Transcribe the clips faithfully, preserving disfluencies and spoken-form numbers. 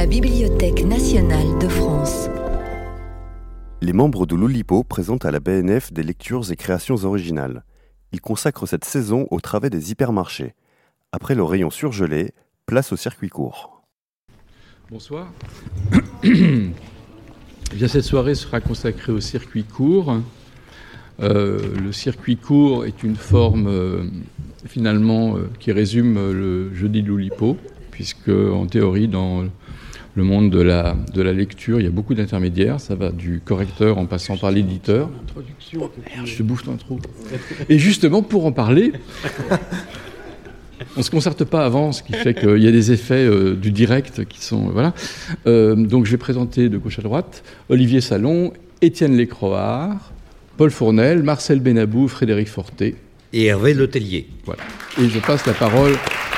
la Bibliothèque nationale de France. Les membres de l'Oulipo présentent à la B N F des lectures et créations originales. Ils consacrent cette saison au travail des hypermarchés. Après le rayon surgelé, place au circuit court. Bonsoir. Eh bien, cette soirée sera consacrée au circuit court. Euh, le circuit court est une forme euh, finalement euh, qui résume euh, le jeudi de l'Oulipo, puisque en théorie dans le monde de la, de la lecture, il y a beaucoup d'intermédiaires. Ça va du correcteur en passant par l'éditeur. Oh, merde, je te bouffe ton trou. Et justement, pour en parler, on ne se concerte pas avant, ce qui fait qu'il y a des effets euh, du direct qui sont... Euh, voilà. Euh, donc je vais présenter de gauche à droite Olivier Salon, Étienne Lécroard, Paul Fournel, Marcel Benabou, Frédéric Fortet. Et Hervé Letellier. Voilà. Et je passe la parole...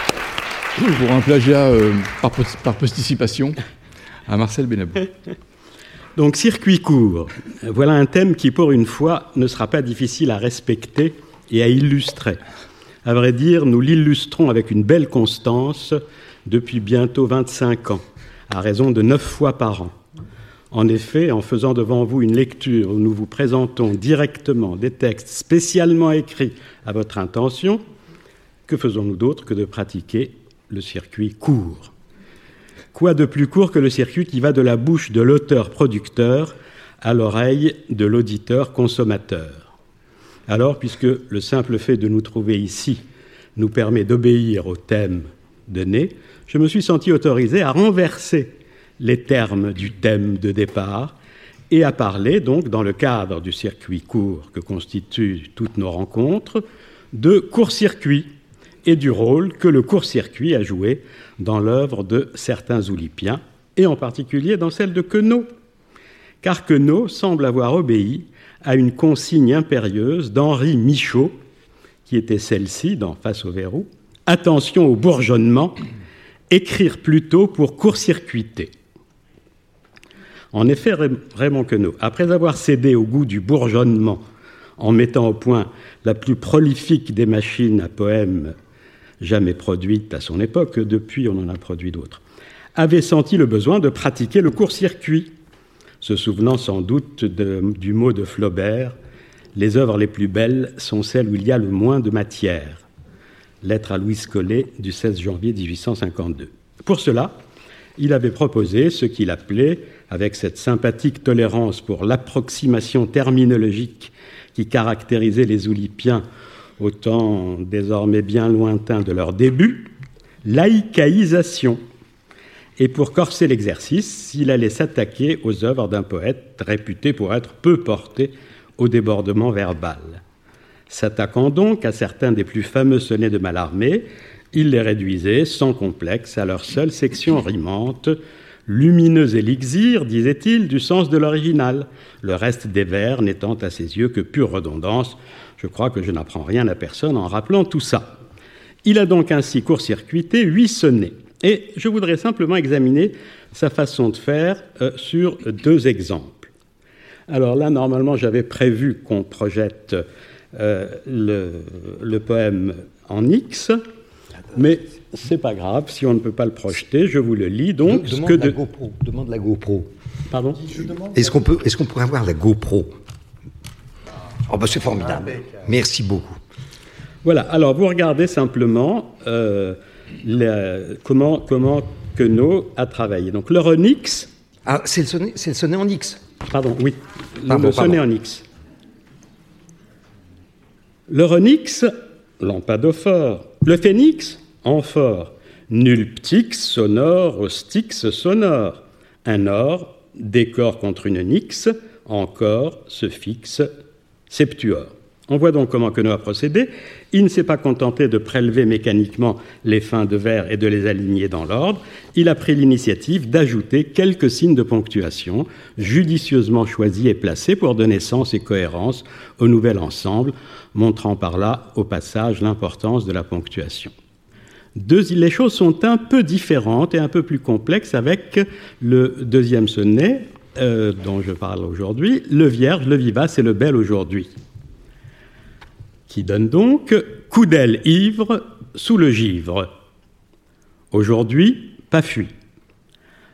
pour un plagiat euh, par, par participation à Marcel Benabou. Donc, circuit court. Voilà un thème qui, pour une fois, ne sera pas difficile à respecter et à illustrer. À vrai dire, nous l'illustrons avec une belle constance depuis bientôt vingt-cinq ans, à raison de neuf fois par an. En effet, en faisant devant vous une lecture où nous vous présentons directement des textes spécialement écrits à votre intention, que faisons-nous d'autre que de pratiquer le circuit court. Quoi de plus court que le circuit qui va de la bouche de l'auteur-producteur à l'oreille de l'auditeur-consommateur. Alors, puisque le simple fait de nous trouver ici nous permet d'obéir au thème donné, je me suis senti autorisé à renverser les termes du thème de départ et à parler, donc, dans le cadre du circuit court que constituent toutes nos rencontres, de court-circuit, et du rôle que le court-circuit a joué dans l'œuvre de certains oulipiens, et en particulier dans celle de Queneau. Car Queneau semble avoir obéi à une consigne impérieuse d'Henri Michaud, qui était celle-ci dans Face au verrou, « Attention au bourgeonnement, écrire plutôt pour court-circuiter ». En effet, Raymond Queneau, après avoir cédé au goût du bourgeonnement en mettant au point la plus prolifique des machines à poèmes jamais produite à son époque, depuis on en a produit d'autres, avait senti le besoin de pratiquer le court-circuit, se souvenant sans doute de, du mot de Flaubert « Les œuvres les plus belles sont celles où il y a le moins de matière ». Lettre à Louise Collet du seize janvier dix-huit cent cinquante-deux. Pour cela, il avait proposé ce qu'il appelait, avec cette sympathique tolérance pour l'approximation terminologique qui caractérisait les oulipiens au temps désormais bien lointain de leur début, laïcaïsation. Et pour corser l'exercice, il allait s'attaquer aux œuvres d'un poète réputé pour être peu porté au débordement verbal. S'attaquant donc à certains des plus fameux sonnets de Mallarmé, il les réduisait sans complexe à leur seule section rimante, lumineux élixir, disait-il, du sens de l'original, le reste des vers n'étant à ses yeux que pure redondance. Je crois que je n'apprends rien à personne en rappelant tout ça. Il a donc ainsi court-circuité huit sonnets. Et je voudrais simplement examiner sa façon de faire euh, sur deux exemples. Alors là, normalement, j'avais prévu qu'on projette euh, le, le poème en X, mais c'est pas grave, si on ne peut pas le projeter, je vous le lis. Donc, de, demande, que la de... GoPro, demande la GoPro. Pardon ? Est-ce qu'on peut, est-ce qu'on pourrait avoir la GoPro ? Oh ben c'est formidable. Merci beaucoup. Voilà, alors vous regardez simplement euh, la, comment, comment Queneau a travaillé. Donc le Renix... Ah, c'est le sonnet, c'est le sonnet en X. Pardon, oui, pardon, le sonnet en X. Le Renix, lampadophore. Le Phénix, amphore. Nul ptix sonore au styx sonore. Un or, décor contre une nix, encore se fixe septuor. On voit donc comment Queneau a procédé. Il ne s'est pas contenté de prélever mécaniquement les fins de vers et de les aligner dans l'ordre. Il a pris l'initiative d'ajouter quelques signes de ponctuation, judicieusement choisis et placés pour donner sens et cohérence au nouvel ensemble, montrant par là, au passage, l'importance de la ponctuation. Deux, les choses sont un peu différentes et un peu plus complexes avec le deuxième sonnet, euh, dont je parle aujourd'hui, le vierge, le vivace et le bel aujourd'hui, qui donne donc « coup d'aile ivre sous le givre ». Aujourd'hui, pas fui.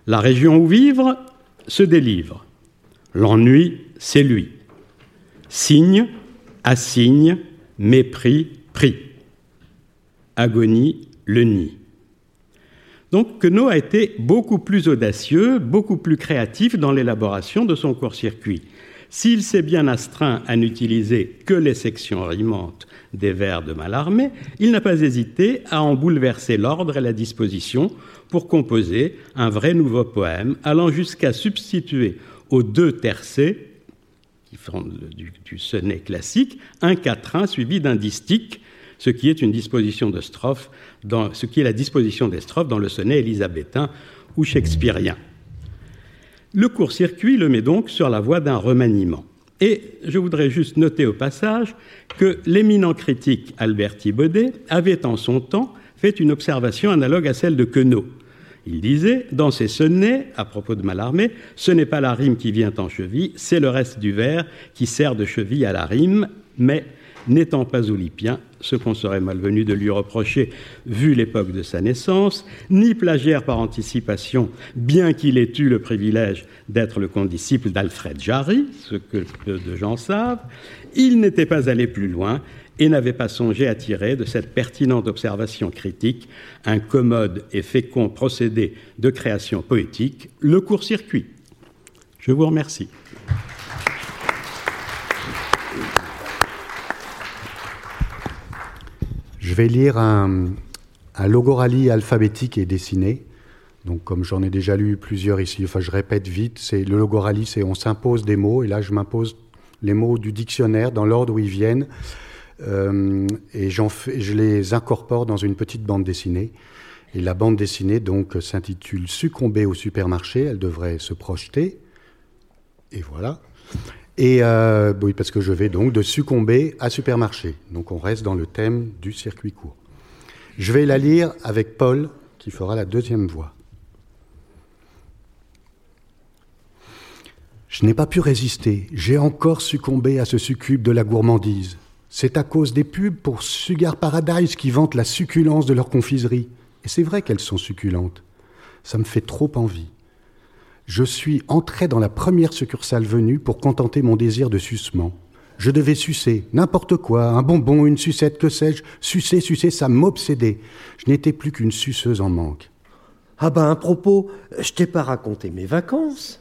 La région où vivre se délivre. L'ennui, c'est lui. Signe, assigne, mépris, prix. Agonie, le nid. Donc Queneau a été beaucoup plus audacieux, beaucoup plus créatif dans l'élaboration de son court-circuit. S'il s'est bien astreint à n'utiliser que les sections rimantes des vers de Mallarmé, il n'a pas hésité à en bouleverser l'ordre et la disposition pour composer un vrai nouveau poème, allant jusqu'à substituer aux deux tercets, qui font du, du sonnet classique, un quatrain suivi d'un distique, ce qui est une disposition de strophe, dans, ce qui est la disposition des strophes dans le sonnet élisabétain ou shakespearien. Le court-circuit le met donc sur la voie d'un remaniement. Et je voudrais juste noter au passage que l'éminent critique Albert Thibaudet avait en son temps fait une observation analogue à celle de Queneau. Il disait, dans ses sonnets, à propos de Mallarmé, ce n'est pas la rime qui vient en cheville, c'est le reste du vers qui sert de cheville à la rime, mais n'étant pas olypien, ce qu'on serait malvenu de lui reprocher, vu l'époque de sa naissance, ni plagiaire par anticipation, bien qu'il ait eu le privilège d'être le condisciple d'Alfred Jarry, ce que peu de gens savent, il n'était pas allé plus loin et n'avait pas songé à tirer de cette pertinente observation critique un commode et fécond procédé de création poétique, le court-circuit. Je vous remercie. Je vais lire un, un logorally alphabétique et dessiné. Donc, comme j'en ai déjà lu plusieurs ici, enfin, je répète vite, c'est, le logorally, c'est on s'impose des mots, et là, je m'impose les mots du dictionnaire dans l'ordre où ils viennent, euh, et j'en fais, je les incorpore dans une petite bande dessinée. Et la bande dessinée, donc, s'intitule « Succomber au supermarché ». Elle devrait se projeter. Et voilà. Et euh, oui, parce que je vais donc de succomber à supermarché. Donc on reste dans le thème du circuit court. Je vais la lire avec Paul, qui fera la deuxième voix. Je n'ai pas pu résister. J'ai encore succombé à ce succube de la gourmandise. C'est à cause des pubs pour Sugar Paradise qui vantent la succulence de leurs confiseries. Et c'est vrai qu'elles sont succulentes. Ça me fait trop envie. Je suis entré dans la première succursale venue pour contenter mon désir de sucement. Je devais sucer, n'importe quoi, un bonbon, une sucette, que sais-je. Sucer, sucer, ça m'obsédait. Je n'étais plus qu'une suceuse en manque. Ah ben, à propos, je t'ai pas raconté mes vacances.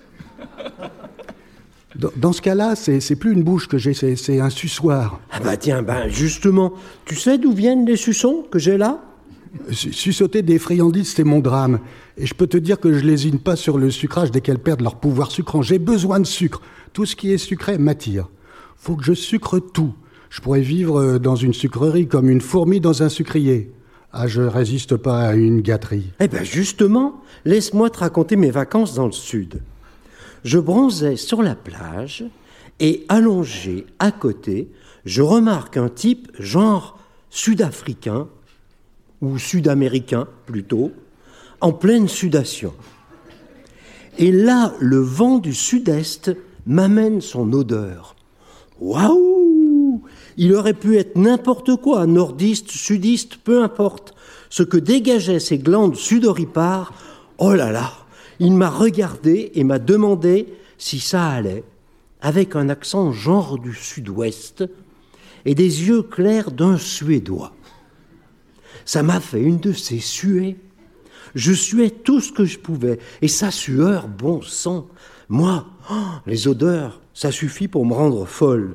Dans, dans ce cas-là, c'est, c'est plus une bouche que j'ai, c'est, c'est un suçoir. Ah ben tiens, ben justement, tu sais d'où viennent les suçons que j'ai là ? Suçoter des friandises, c'est mon drame. Et je peux te dire que je lésine pas sur le sucrage dès qu'elles perdent leur pouvoir sucrant. J'ai besoin de sucre. Tout ce qui est sucré m'attire. Faut que je sucre tout. Je pourrais vivre dans une sucrerie comme une fourmi dans un sucrier. Ah, je résiste pas à une gâterie. Eh ben justement, laisse-moi te raconter mes vacances dans le sud. Je bronzais sur la plage et allongé à côté, je remarque un type genre sud-africain ou sud-américain plutôt, en pleine sudation. Et là, le vent du sud-est m'amène son odeur. Waouh ! Il aurait pu être n'importe quoi, nordiste, sudiste, peu importe. Ce que dégageaient ces glandes sudoripares, oh là là ! Il m'a regardé et m'a demandé si ça allait, avec un accent genre du sud-ouest et des yeux clairs d'un Suédois. Ça m'a fait une de ces suées. Je suais tout ce que je pouvais. Et sa sueur, bon sang, moi, oh, les odeurs, ça suffit pour me rendre folle.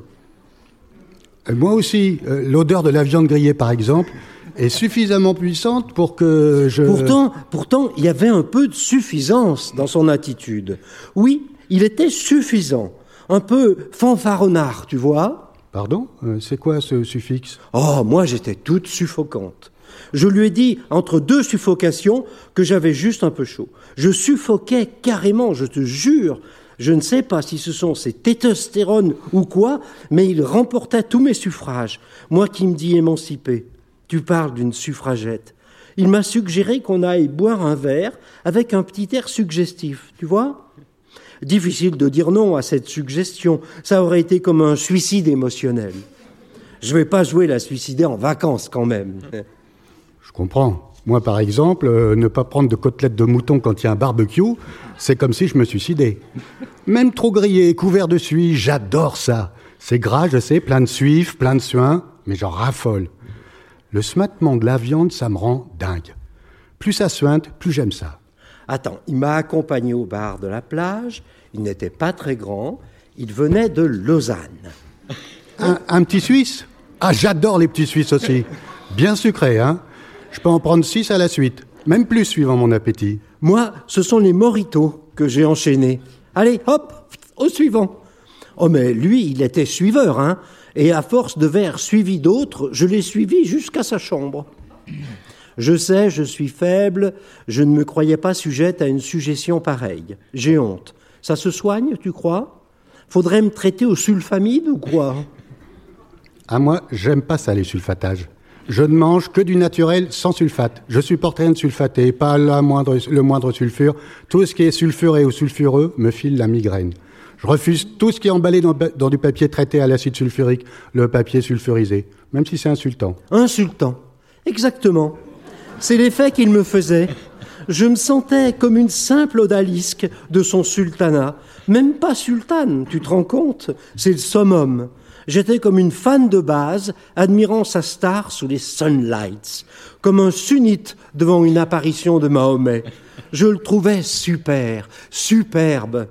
Moi aussi, euh, l'odeur de la viande grillée, par exemple, est suffisamment puissante pour que je... Pourtant, pourtant, il y avait un peu de suffisance dans son attitude. Oui, il était suffisant. Un peu fanfaronnard, tu vois. Pardon ? euh, C'est quoi ce suffixe ? Oh, moi, j'étais toute suffocante. Je lui ai dit, entre deux suffocations, que j'avais juste un peu chaud. Je suffoquais carrément, je te jure. Je ne sais pas si ce sont ses testostérones ou quoi, mais il remportait tous mes suffrages. Moi qui me dis émancipé, tu parles d'une suffragette. Il m'a suggéré qu'on aille boire un verre avec un petit air suggestif, tu vois ? Difficile de dire non à cette suggestion. Ça aurait été comme un suicide émotionnel. Je vais pas jouer la suicider en vacances quand même. Je comprends. Moi, par exemple, euh, ne pas prendre de côtelettes de mouton quand il y a un barbecue, c'est comme si je me suicidais. Même trop grillé, couvert de suie, j'adore ça. C'est gras, je sais, plein de suif, plein de suin, mais j'en raffole. Le suintement de la viande, ça me rend dingue. Plus ça suinte, plus j'aime ça. Attends, il m'a accompagné au bar de la plage, il n'était pas très grand, il venait de Lausanne. Un, un petit Suisse ? Ah, j'adore les petits Suisses aussi. Bien sucrés, hein ? Je peux en prendre six à la suite, même plus suivant mon appétit. Moi, ce sont les mojitos que j'ai enchaînés. Allez, hop, au suivant. Oh, mais lui, il était suiveur, hein. Et à force de verres suivis d'autres, je l'ai suivi jusqu'à sa chambre. Je sais, je suis faible, je ne me croyais pas sujette à une suggestion pareille. J'ai honte. Ça se soigne, tu crois ? Faudrait me traiter au sulfamide ou quoi ? Ah, moi, j'aime pas ça, les sulfatages. Je ne mange que du naturel sans sulfate. Je supporte rien de sulfaté, pas la moindre, le moindre sulfure. Tout ce qui est sulfuré ou sulfureux me file la migraine. Je refuse tout ce qui est emballé dans, dans du papier traité à l'acide sulfurique, le papier sulfurisé, même si c'est insultant. Insultant, exactement. C'est l'effet qu'il me faisait. Je me sentais comme une simple odalisque de son sultanat. Même pas sultane, tu te rends compte ? C'est le summum. J'étais comme une fan de base, admirant sa star sous les sunlights, comme un sunnite devant une apparition de Mahomet. Je le trouvais super, superbe.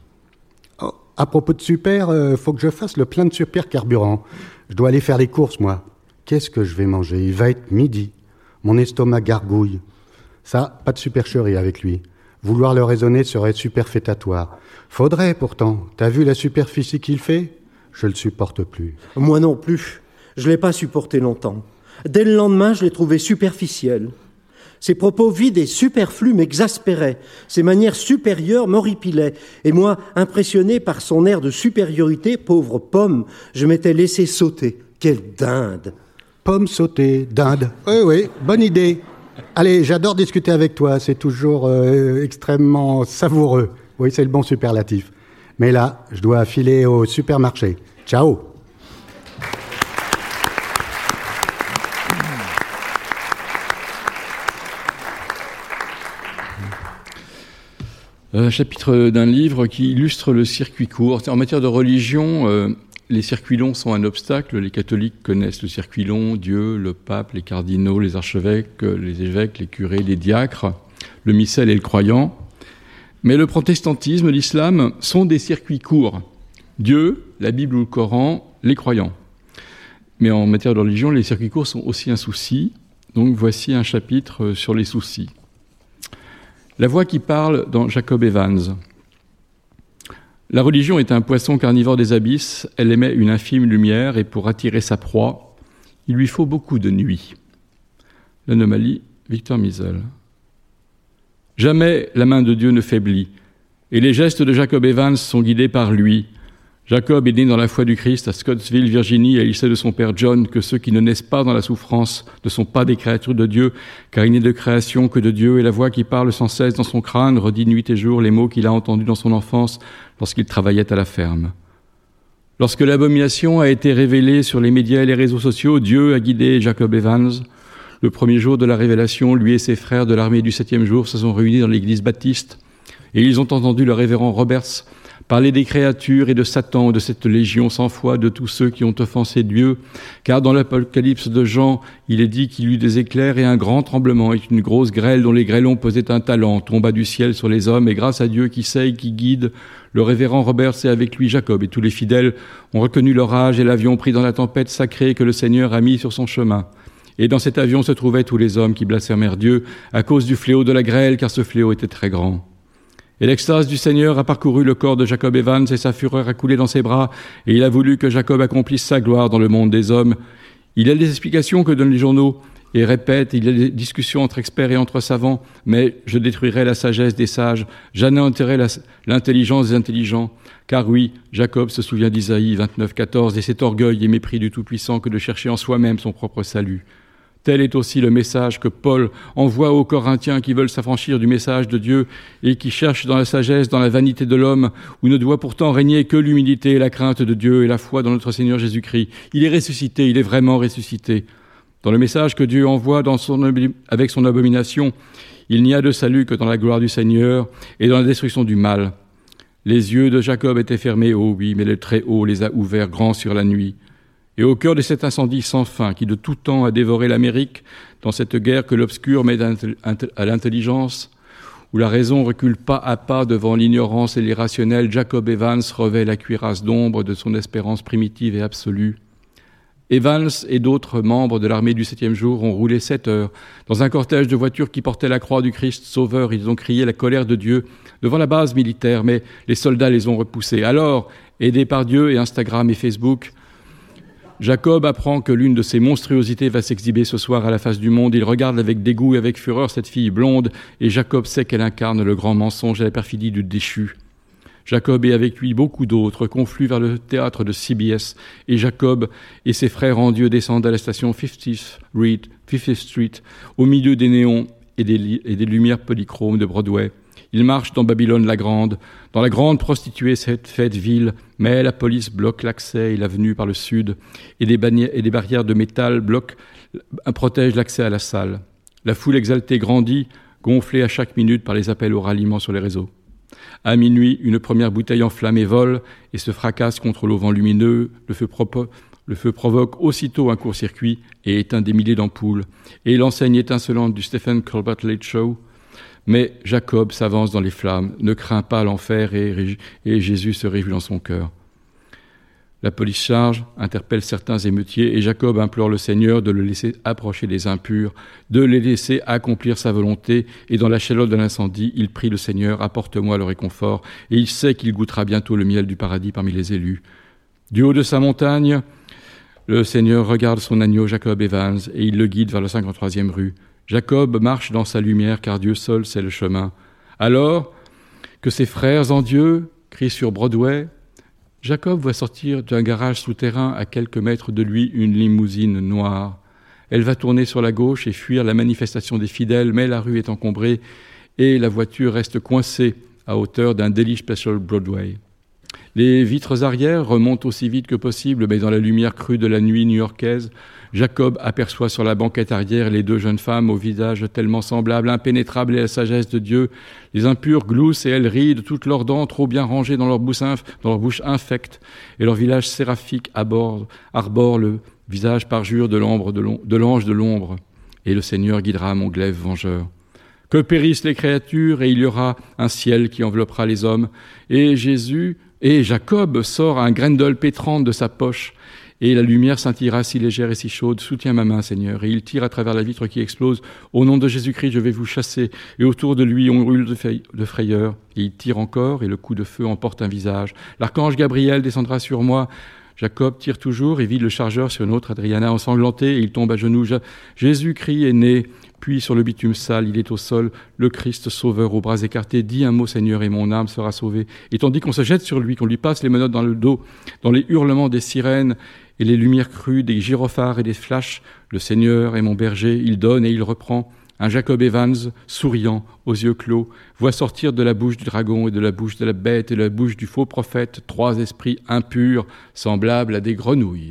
Oh, à propos de super, euh, faut que je fasse le plein de super carburant. Je dois aller faire les courses, moi. Qu'est-ce que je vais manger ? Il va être midi. Mon estomac gargouille. Ça, pas de supercherie avec lui. Vouloir le raisonner serait superfétatoire. Faudrait pourtant. T'as vu la superficie qu'il fait ? Je le supporte plus. Moi non plus. Je l'ai pas supporté longtemps. Dès le lendemain, je l'ai trouvé superficiel. Ses propos vides et superflus m'exaspéraient. Ses manières supérieures m'horripilaient. Et moi, impressionné par son air de supériorité, pauvre pomme, je m'étais laissé sauter. Quelle dinde ! Pomme sautée, dinde. Oui, oui, bonne idée. Allez, j'adore discuter avec toi. C'est toujours euh, extrêmement savoureux. Oui, c'est le bon superlatif. Mais là, je dois filer au supermarché. Ciao. Un chapitre d'un livre qui illustre le circuit court. En matière de religion, euh, les circuits longs sont un obstacle. Les catholiques connaissent le circuit long, Dieu, le pape, les cardinaux, les archevêques, les évêques, les curés, les diacres, le missel et le croyant. Mais le protestantisme, l'islam, sont des circuits courts. Dieu, la Bible ou le Coran, les croyants. Mais en matière de religion, les circuits courts sont aussi un souci. Donc voici un chapitre sur les soucis. La voix qui parle dans Jacob Evans. La religion est un poisson carnivore des abysses. Elle émet une infime lumière et pour attirer sa proie, il lui faut beaucoup de nuit. L'anomalie, Victor Misel. Jamais la main de Dieu ne faiblit, et les gestes de Jacob Evans sont guidés par lui. Jacob est né dans la foi du Christ à Scottsville, Virginie, et il sait de son père John que ceux qui ne naissent pas dans la souffrance ne sont pas des créatures de Dieu, car il n'est de création que de Dieu, et la voix qui parle sans cesse dans son crâne redit nuit et jour les mots qu'il a entendus dans son enfance lorsqu'il travaillait à la ferme. Lorsque l'abomination a été révélée sur les médias et les réseaux sociaux, Dieu a guidé Jacob Evans. Le premier jour de la révélation, lui et ses frères de l'armée du septième jour se sont réunis dans l'église baptiste et ils ont entendu le révérend Roberts parler des créatures et de Satan, de cette légion sans foi, de tous ceux qui ont offensé Dieu. Car dans l'Apocalypse de Jean, il est dit qu'il y eut des éclairs et un grand tremblement et une grosse grêle dont les grêlons pesaient un talent tomba du ciel sur les hommes et grâce à Dieu qui sait et qui guide, le révérend Roberts et avec lui Jacob et tous les fidèles ont reconnu leur âge et l'avion pris dans la tempête sacrée que le Seigneur a mis sur son chemin. Et dans cet avion se trouvaient tous les hommes qui blasphémèrent Dieu à cause du fléau de la grêle, car ce fléau était très grand. Et l'extase du Seigneur a parcouru le corps de Jacob Evans et sa fureur a coulé dans ses bras, et il a voulu que Jacob accomplisse sa gloire dans le monde des hommes. Il y a des explications que donnent les journaux et répètent, il y a des discussions entre experts et entre savants, mais je détruirai la sagesse des sages, j'anéantirai la, l'intelligence des intelligents. Car oui, Jacob se souvient d'Isaïe vingt-neuf quatorze et cet orgueil et mépris du Tout-Puissant que de chercher en soi-même son propre salut. Tel est aussi le message que Paul envoie aux Corinthiens qui veulent s'affranchir du message de Dieu et qui cherchent dans la sagesse, dans la vanité de l'homme, où ne doit pourtant régner que l'humilité et la crainte de Dieu et la foi dans notre Seigneur Jésus-Christ. Il est ressuscité, il est vraiment ressuscité. Dans le message que Dieu envoie dans son, avec son abomination, il n'y a de salut que dans la gloire du Seigneur et dans la destruction du mal. Les yeux de Jacob étaient fermés, oh oui, mais le Très-Haut les a ouverts grands sur la nuit. Et au cœur de cet incendie sans fin qui de tout temps a dévoré l'Amérique, dans cette guerre que l'obscur met à l'intelligence, où la raison recule pas à pas devant l'ignorance et l'irrationnel, Jacob Evans revêt la cuirasse d'ombre de son espérance primitive et absolue. Evans et d'autres membres de l'armée du septième jour ont roulé sept heures dans un cortège de voitures qui portait la croix du Christ Sauveur. Ils ont crié la colère de Dieu devant la base militaire, mais les soldats les ont repoussés. Alors, aidés par Dieu et Instagram et Facebook, Jacob apprend que l'une de ces monstruosités va s'exhiber ce soir à la face du monde. Il regarde avec dégoût et avec fureur cette fille blonde, et Jacob sait qu'elle incarne le grand mensonge et la perfidie du déchu. Jacob et avec lui beaucoup d'autres confluent vers le théâtre de C B S, et Jacob et ses frères en Dieu descendent à la station fiftieth Street, au milieu des néons et des, et des lumières polychromes de Broadway. Ils marchent dans Babylone la Grande, dans la grande prostituée cette fête ville, mais la police bloque l'accès et l'avenue par le sud, et des, bannières, et des barrières de métal bloquent, protègent l'accès à la salle. La foule exaltée grandit, gonflée à chaque minute par les appels au ralliement sur les réseaux. À minuit, une première bouteille enflammée vole et se fracasse contre l'auvent lumineux. Le feu, propo- le feu provoque aussitôt un court-circuit et éteint des milliers d'ampoules. Et l'enseigne étincelante du Stephen Colbert Late Show. Mais Jacob s'avance dans les flammes, ne craint pas l'enfer et, et Jésus se réjouit dans son cœur. La police charge, interpelle certains émeutiers et Jacob implore le Seigneur de le laisser approcher des impurs, de les laisser accomplir sa volonté. Et dans la chaleur de l'incendie, il prie le Seigneur, apporte-moi le réconfort. Et il sait qu'il goûtera bientôt le miel du paradis parmi les élus. Du haut de sa montagne, le Seigneur regarde son agneau Jacob Evans et il le guide vers la cinquante-troisième rue. Jacob marche dans sa lumière car Dieu seul sait le chemin. Alors que ses frères en Dieu crient sur Broadway, Jacob voit sortir d'un garage souterrain à quelques mètres de lui une limousine noire. Elle va tourner sur la gauche et fuir la manifestation des fidèles, mais la rue est encombrée et la voiture reste coincée à hauteur d'un Daily Special Broadway. Les vitres arrière remontent aussi vite que possible, mais dans la lumière crue de la nuit new-yorkaise, Jacob aperçoit sur la banquette arrière les deux jeunes femmes au visage tellement semblable, impénétrable et à la sagesse de Dieu. Les impures gloussent et elles rident, toutes leurs dents trop bien rangées dans leur bouche, inf- dans leur bouche infecte, et leur visage séraphique arbore, arbore le visage parjure de, l'ombre de, l'om- de l'ange de l'ombre. Et le Seigneur guidera mon glaive vengeur. Que périssent les créatures, et il y aura un ciel qui enveloppera les hommes. Et Jésus, et Jacob sort un grendel pétrante de sa poche, et la lumière scintillera si légère et si chaude. Soutiens ma main, Seigneur. Et il tire à travers la vitre qui explose. Au nom de Jésus-Christ, je vais vous chasser. Et autour de lui, on hurle de frayeur. Et il tire encore, et le coup de feu emporte un visage. L'archange Gabriel descendra sur moi. Jacob tire toujours et vide le chargeur sur une autre Adriana ensanglantée, et il tombe à genoux. Jésus-Christ est né. Puis sur le bitume sale, il est au sol, le Christ sauveur aux bras écartés, dit un mot Seigneur et mon âme sera sauvée. Et tandis qu'on se jette sur lui, qu'on lui passe les menottes dans le dos, dans les hurlements des sirènes et les lumières crues, des gyrophares et des flashs, le Seigneur est mon berger, il donne et il reprend. Un Jacob Evans, souriant, aux yeux clos, voit sortir de la bouche du dragon et de la bouche de la bête et de la bouche du faux prophète trois esprits impurs, semblables à des grenouilles.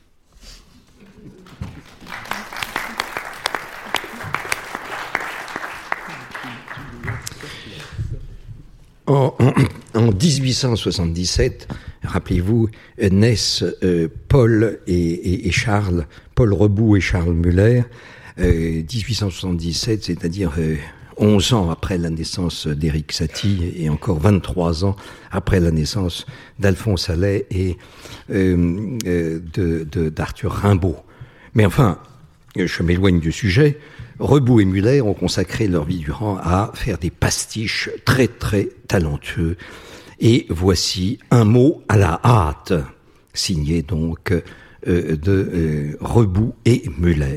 En, en, en dix-huit cent soixante-dix-sept, rappelez-vous, naissent euh, Paul et, et, et Charles, Paul Rebout et Charles Muller. Euh, dix-huit cent soixante-dix-sept, c'est-à-dire euh, onze ans après la naissance d'Éric Satie et encore vingt-trois ans après la naissance d'Alphonse Allais et euh, euh, de, de, d'Arthur Rimbaud. Mais enfin, je m'éloigne du sujet. Rebout et Muller ont consacré leur vie durant à faire des pastiches très très talentueux. Et voici un mot à la hâte, signé donc euh, de euh, Rebout et Muller.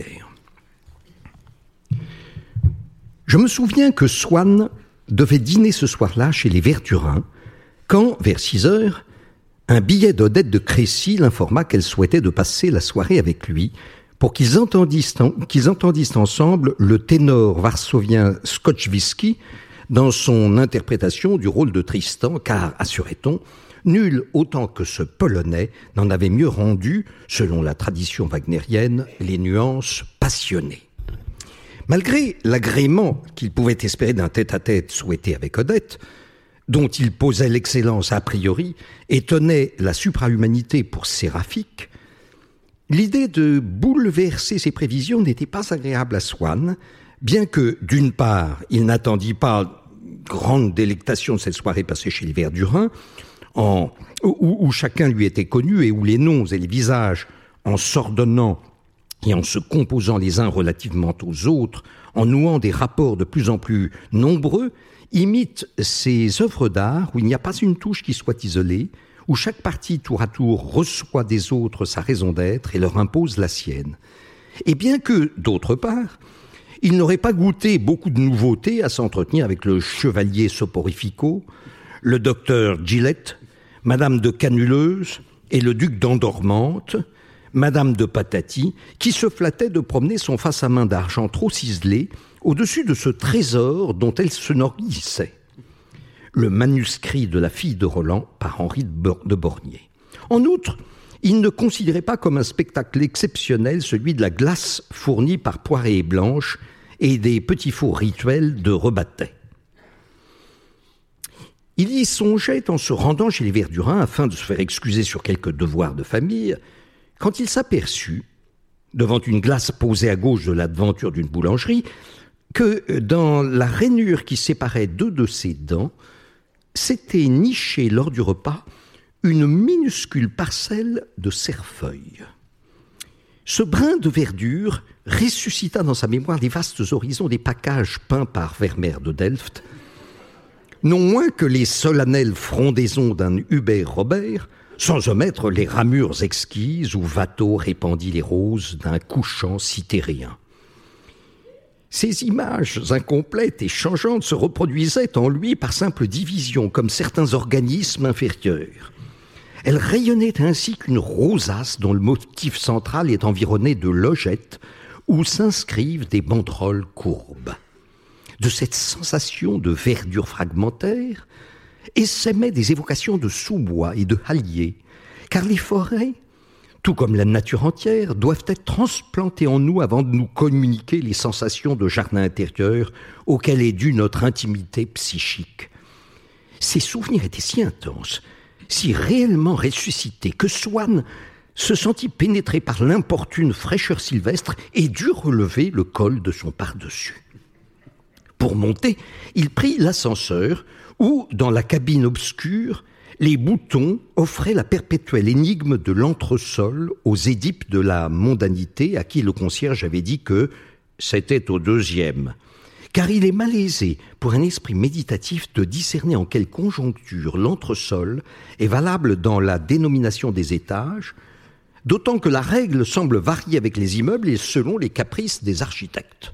Je me souviens que Swann devait dîner ce soir-là chez les Verturins, quand, vers six heures, un billet d'Odette de Crécy l'informa qu'elle souhaitait de passer la soirée avec lui, pour qu'ils entendissent, qu'ils entendissent ensemble le ténor varsovien Skotchwski dans son interprétation du rôle de Tristan, car, assurait-on, nul autant que ce Polonais n'en avait mieux rendu, selon la tradition wagnérienne, les nuances passionnées. Malgré l'agrément qu'il pouvait espérer d'un tête-à-tête souhaité avec Odette, dont il posait l'excellence a priori et tenait la suprahumanité pour séraphique, l'idée de bouleverser ses prévisions n'était pas agréable à Swann, bien que, d'une part, il n'attendit pas grande délectation de cette soirée passée chez les Verdurins, en, où, où chacun lui était connu et où les noms et les visages, en s'ordonnant et en se composant les uns relativement aux autres, en nouant des rapports de plus en plus nombreux, imitent ces œuvres d'art où il n'y a pas une touche qui soit isolée, où chaque partie tour à tour reçoit des autres sa raison d'être et leur impose la sienne. Et bien que, d'autre part, il n'aurait pas goûté beaucoup de nouveautés à s'entretenir avec le chevalier Soporifico, le docteur Gillette, Madame de Canuleuse et le duc d'Endormante, Madame de Patati, qui se flattait de promener son face à main d'argent trop ciselé au-dessus de ce trésor dont elle se nourrissait. Le manuscrit de la fille de Roland par Henri de Bornier. En outre, il ne considérait pas comme un spectacle exceptionnel celui de la glace fournie par Poiré et Blanche et des petits fours rituels de Rebattet. Il y songeait en se rendant chez les Verdurins afin de se faire excuser sur quelques devoirs de famille, quand il s'aperçut, devant une glace posée à gauche de la devanture d'une boulangerie, que dans la rainure qui séparait deux de ses dents, s'était nichée lors du repas une minuscule parcelle de cerfeuil. Ce brin de verdure ressuscita dans sa mémoire les vastes horizons des packages peints par Vermeer de Delft, non moins que les solennelles frondaisons d'un Hubert Robert, sans omettre les ramures exquises où Watteau répandit les roses d'un couchant citéréen. Ces images incomplètes et changeantes se reproduisaient en lui par simple division, comme certains organismes inférieurs. Elles rayonnaient ainsi qu'une rosace dont le motif central est environné de logettes où s'inscrivent des banderoles courbes. De cette sensation de verdure fragmentaire essaimaient des évocations de sous-bois et de halliers, car les forêts, tout comme la nature entière, doivent être transplantées en nous avant de nous communiquer les sensations de jardin intérieur auxquelles est due notre intimité psychique. Ces souvenirs étaient si intenses, si réellement ressuscités, que Swann se sentit pénétré par l'importune fraîcheur sylvestre et dut relever le col de son pardessus. Pour monter, il prit l'ascenseur où, dans la cabine obscure, les boutons offraient la perpétuelle énigme de l'entresol aux édipes de la mondanité à qui le concierge avait dit que c'était au deuxième. Car il est malaisé pour un esprit méditatif de discerner en quelle conjoncture l'entresol est valable dans la dénomination des étages, d'autant que la règle semble varier avec les immeubles et selon les caprices des architectes.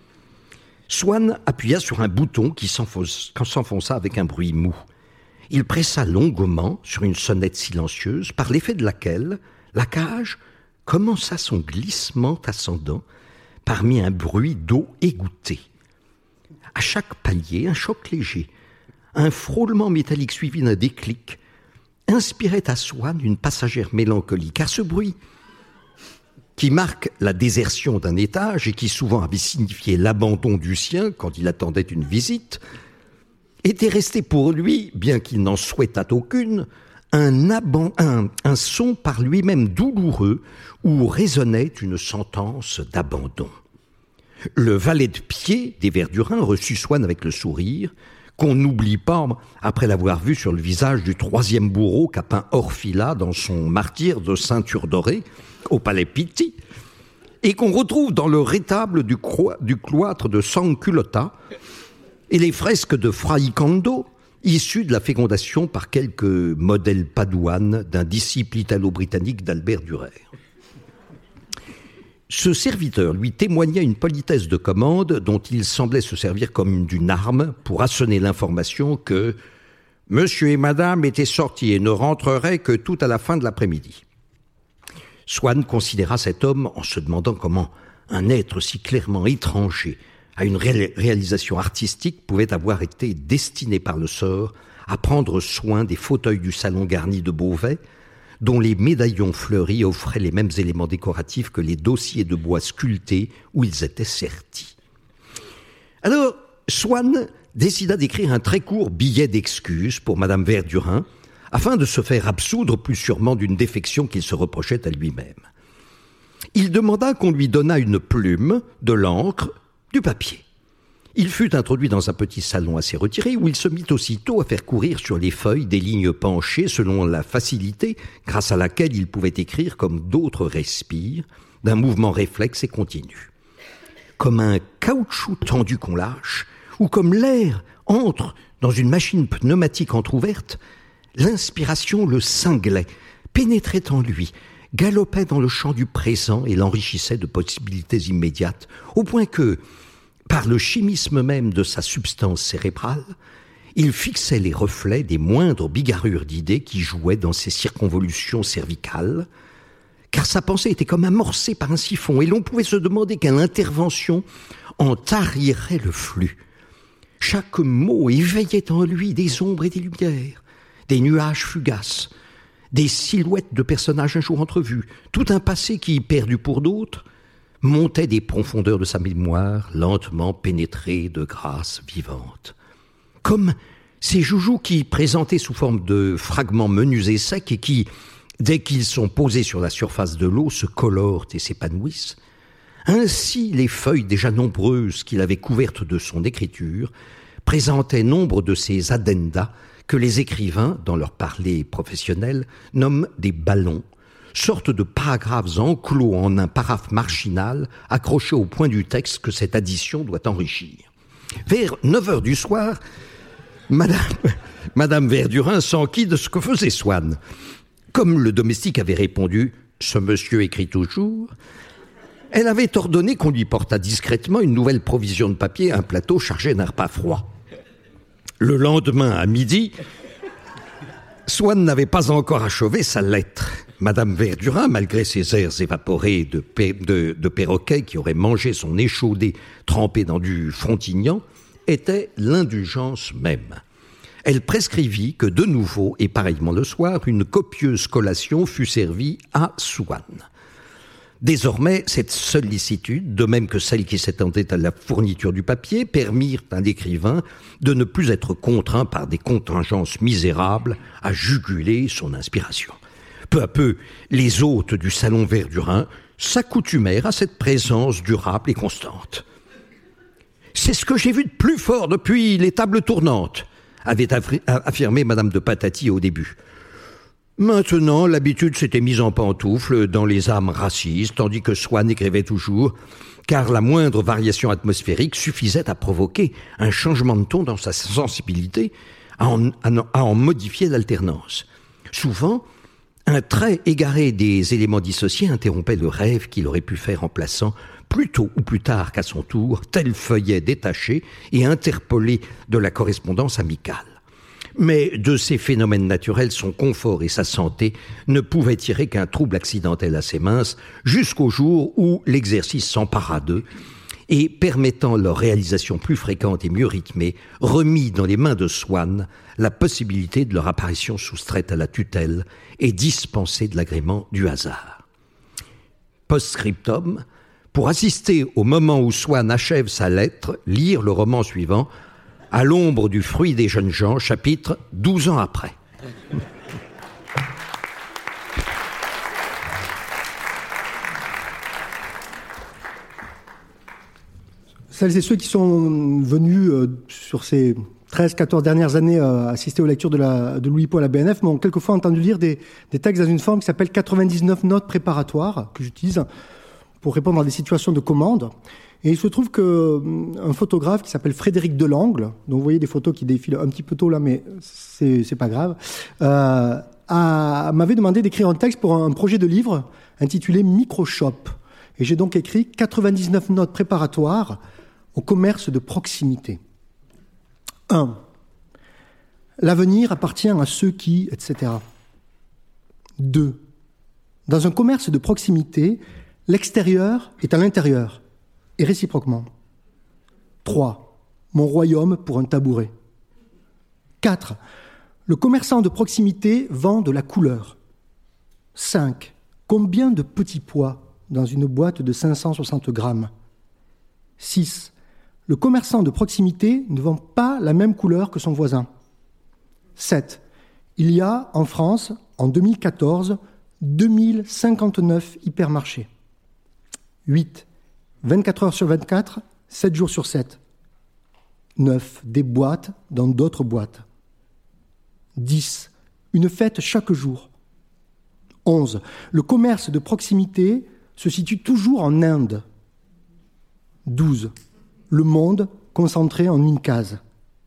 Swann appuya sur un bouton qui s'enfonça avec un bruit mou. Il pressa longuement sur une sonnette silencieuse, par l'effet de laquelle la cage commença son glissement ascendant parmi un bruit d'eau égouttée. À chaque palier, un choc léger, un frôlement métallique suivi d'un déclic, inspirait à Swann une passagère mélancolie, car ce bruit, qui marque la désertion d'un étage et qui souvent avait signifié l'abandon du sien quand il attendait une visite, était resté pour lui, bien qu'il n'en souhaitât aucune, un, aban- un, un son par lui-même douloureux où résonnait une sentence d'abandon. Le valet de pied des Verdurins reçut Swann avec le sourire, qu'on n'oublie pas après l'avoir vu sur le visage du troisième bourreau qu'a peint Orfila dans son martyre de ceinture dorée au palais Pitti, et qu'on retrouve dans le rétable du, cro- du cloître de San Culotta et les fresques de Fray Cando, issues de la fécondation par quelques modèles padouanes d'un disciple italo-britannique d'Albert Dürer. Ce serviteur lui témoigna une politesse de commande dont il semblait se servir comme d'une arme pour assonner l'information que « Monsieur et Madame étaient sortis et ne rentreraient que tout à la fin de l'après-midi ». Swann considéra cet homme en se demandant comment un être si clairement étranger à une ré- réalisation artistique pouvait avoir été destiné par le sort à prendre soin des fauteuils du salon garnis de Beauvais, dont les médaillons fleuris offraient les mêmes éléments décoratifs que les dossiers de bois sculptés où ils étaient sertis. Alors, Swann décida d'écrire un très court billet d'excuse pour Madame Verdurin, afin de se faire absoudre plus sûrement d'une défection qu'il se reprochait à lui-même. Il demanda qu'on lui donnât une plume, de l'encre, du papier. Il fut introduit dans un petit salon assez retiré où il se mit aussitôt à faire courir sur les feuilles des lignes penchées selon la facilité grâce à laquelle il pouvait écrire comme d'autres respirent, d'un mouvement réflexe et continu. Comme un caoutchouc tendu qu'on lâche, ou comme l'air entre dans une machine pneumatique entr'ouverte, l'inspiration le cinglait, pénétrait en lui, galopait dans le champ du présent et l'enrichissait de possibilités immédiates, au point que, par le chimisme même de sa substance cérébrale, il fixait les reflets des moindres bigarrures d'idées qui jouaient dans ses circonvolutions cervicales, car sa pensée était comme amorcée par un siphon, et l'on pouvait se demander quelle intervention en tarirait le flux. Chaque mot éveillait en lui des ombres et des lumières, des nuages fugaces, des silhouettes de personnages un jour entrevus, tout un passé qui, perdu pour d'autres, montait des profondeurs de sa mémoire, lentement pénétré de grâce vivante. Comme ces joujoux qui, présentés sous forme de fragments menus et secs et qui, dès qu'ils sont posés sur la surface de l'eau, se colorent et s'épanouissent, ainsi les feuilles déjà nombreuses qu'il avait couvertes de son écriture présentaient nombre de ces addenda que les écrivains, dans leur parler professionnel, nomment des ballons, sorte de paragraphes enclos en un paraphe marginal accroché au point du texte que cette addition doit enrichir. Vers neuf heures du soir, Madame, Madame Verdurin s'enquit de ce que faisait Swann. Comme le domestique avait répondu « Ce monsieur écrit toujours », elle avait ordonné qu'on lui portât discrètement une nouvelle provision de papier et un plateau chargé d'un repas froid. Le lendemain, à midi, Swann n'avait pas encore achevé sa lettre. Madame Verdurin, malgré ses airs évaporés de, pe- de, de perroquet qui aurait mangé son échaudé trempé dans du frontignan, était l'indulgence même. Elle prescrivit que de nouveau, et pareillement le soir, une copieuse collation fût servie à Swann. Désormais, cette sollicitude, de même que celle qui s'étendait à la fourniture du papier, permirent à l'écrivain de ne plus être contraint par des contingences misérables à juguler son inspiration. Peu à peu, les hôtes du salon Verdurin s'accoutumèrent à cette présence durable et constante. « C'est ce que j'ai vu de plus fort depuis les tables tournantes », avait affirmé Madame de Patati au début. Maintenant, l'habitude s'était mise en pantoufle dans les âmes racistes, tandis que Swann écrivait toujours, car la moindre variation atmosphérique suffisait à provoquer un changement de ton dans sa sensibilité, à en, à en modifier l'alternance. Souvent, un trait égaré des éléments dissociés interrompait le rêve qu'il aurait pu faire en plaçant, plus tôt ou plus tard qu'à son tour, tel feuillet détaché et interpolé de la correspondance amicale. Mais de ces phénomènes naturels, son confort et sa santé ne pouvaient tirer qu'un trouble accidentel assez mince, jusqu'au jour où l'exercice s'empara d'eux, et permettant leur réalisation plus fréquente et mieux rythmée, remit dans les mains de Swann la possibilité de leur apparition soustraite à la tutelle et dispensée de l'agrément du hasard. Post-scriptum, pour assister au moment où Swann achève sa lettre, lire le roman suivant, À l'ombre du fruit des jeunes gens, chapitre douze ans après. Celles et ceux qui sont venus euh, sur ces treize quatorze dernières années euh, assister aux lectures de, la, de l'Oulipo à la B N F m'ont quelquefois entendu lire des, des textes dans une forme qui s'appelle quatre-vingt-dix-neuf notes préparatoires, que j'utilise pour répondre à des situations de commande. Et il se trouve qu'un photographe qui s'appelle Frédéric Delangle, dont vous voyez des photos qui défilent un petit peu tôt là, mais c'est, c'est pas grave, euh, a, m'avait demandé d'écrire un texte pour un projet de livre intitulé Microshop. Et j'ai donc écrit quatre-vingt-dix-neuf notes préparatoires au commerce de proximité. un. L'avenir appartient à ceux qui, et cetera. deux. Dans un commerce de proximité, l'extérieur est à l'intérieur, et réciproquement. trois. Mon royaume pour un tabouret. quatre. Le commerçant de proximité vend de la couleur. cinq. Combien de petits pois dans une boîte de cinq cent soixante grammes? six. Le commerçant de proximité ne vend pas la même couleur que son voisin. sept. Il y a en France, en deux mille quatorze, deux mille cinquante-neuf hypermarchés. huit. vingt-quatre heures sur vingt-quatre, sept jours sur sept. neuf. Des boîtes dans d'autres boîtes. dix. Une fête chaque jour. onze. Le commerce de proximité se situe toujours en Inde. douze. Le monde concentré en une case.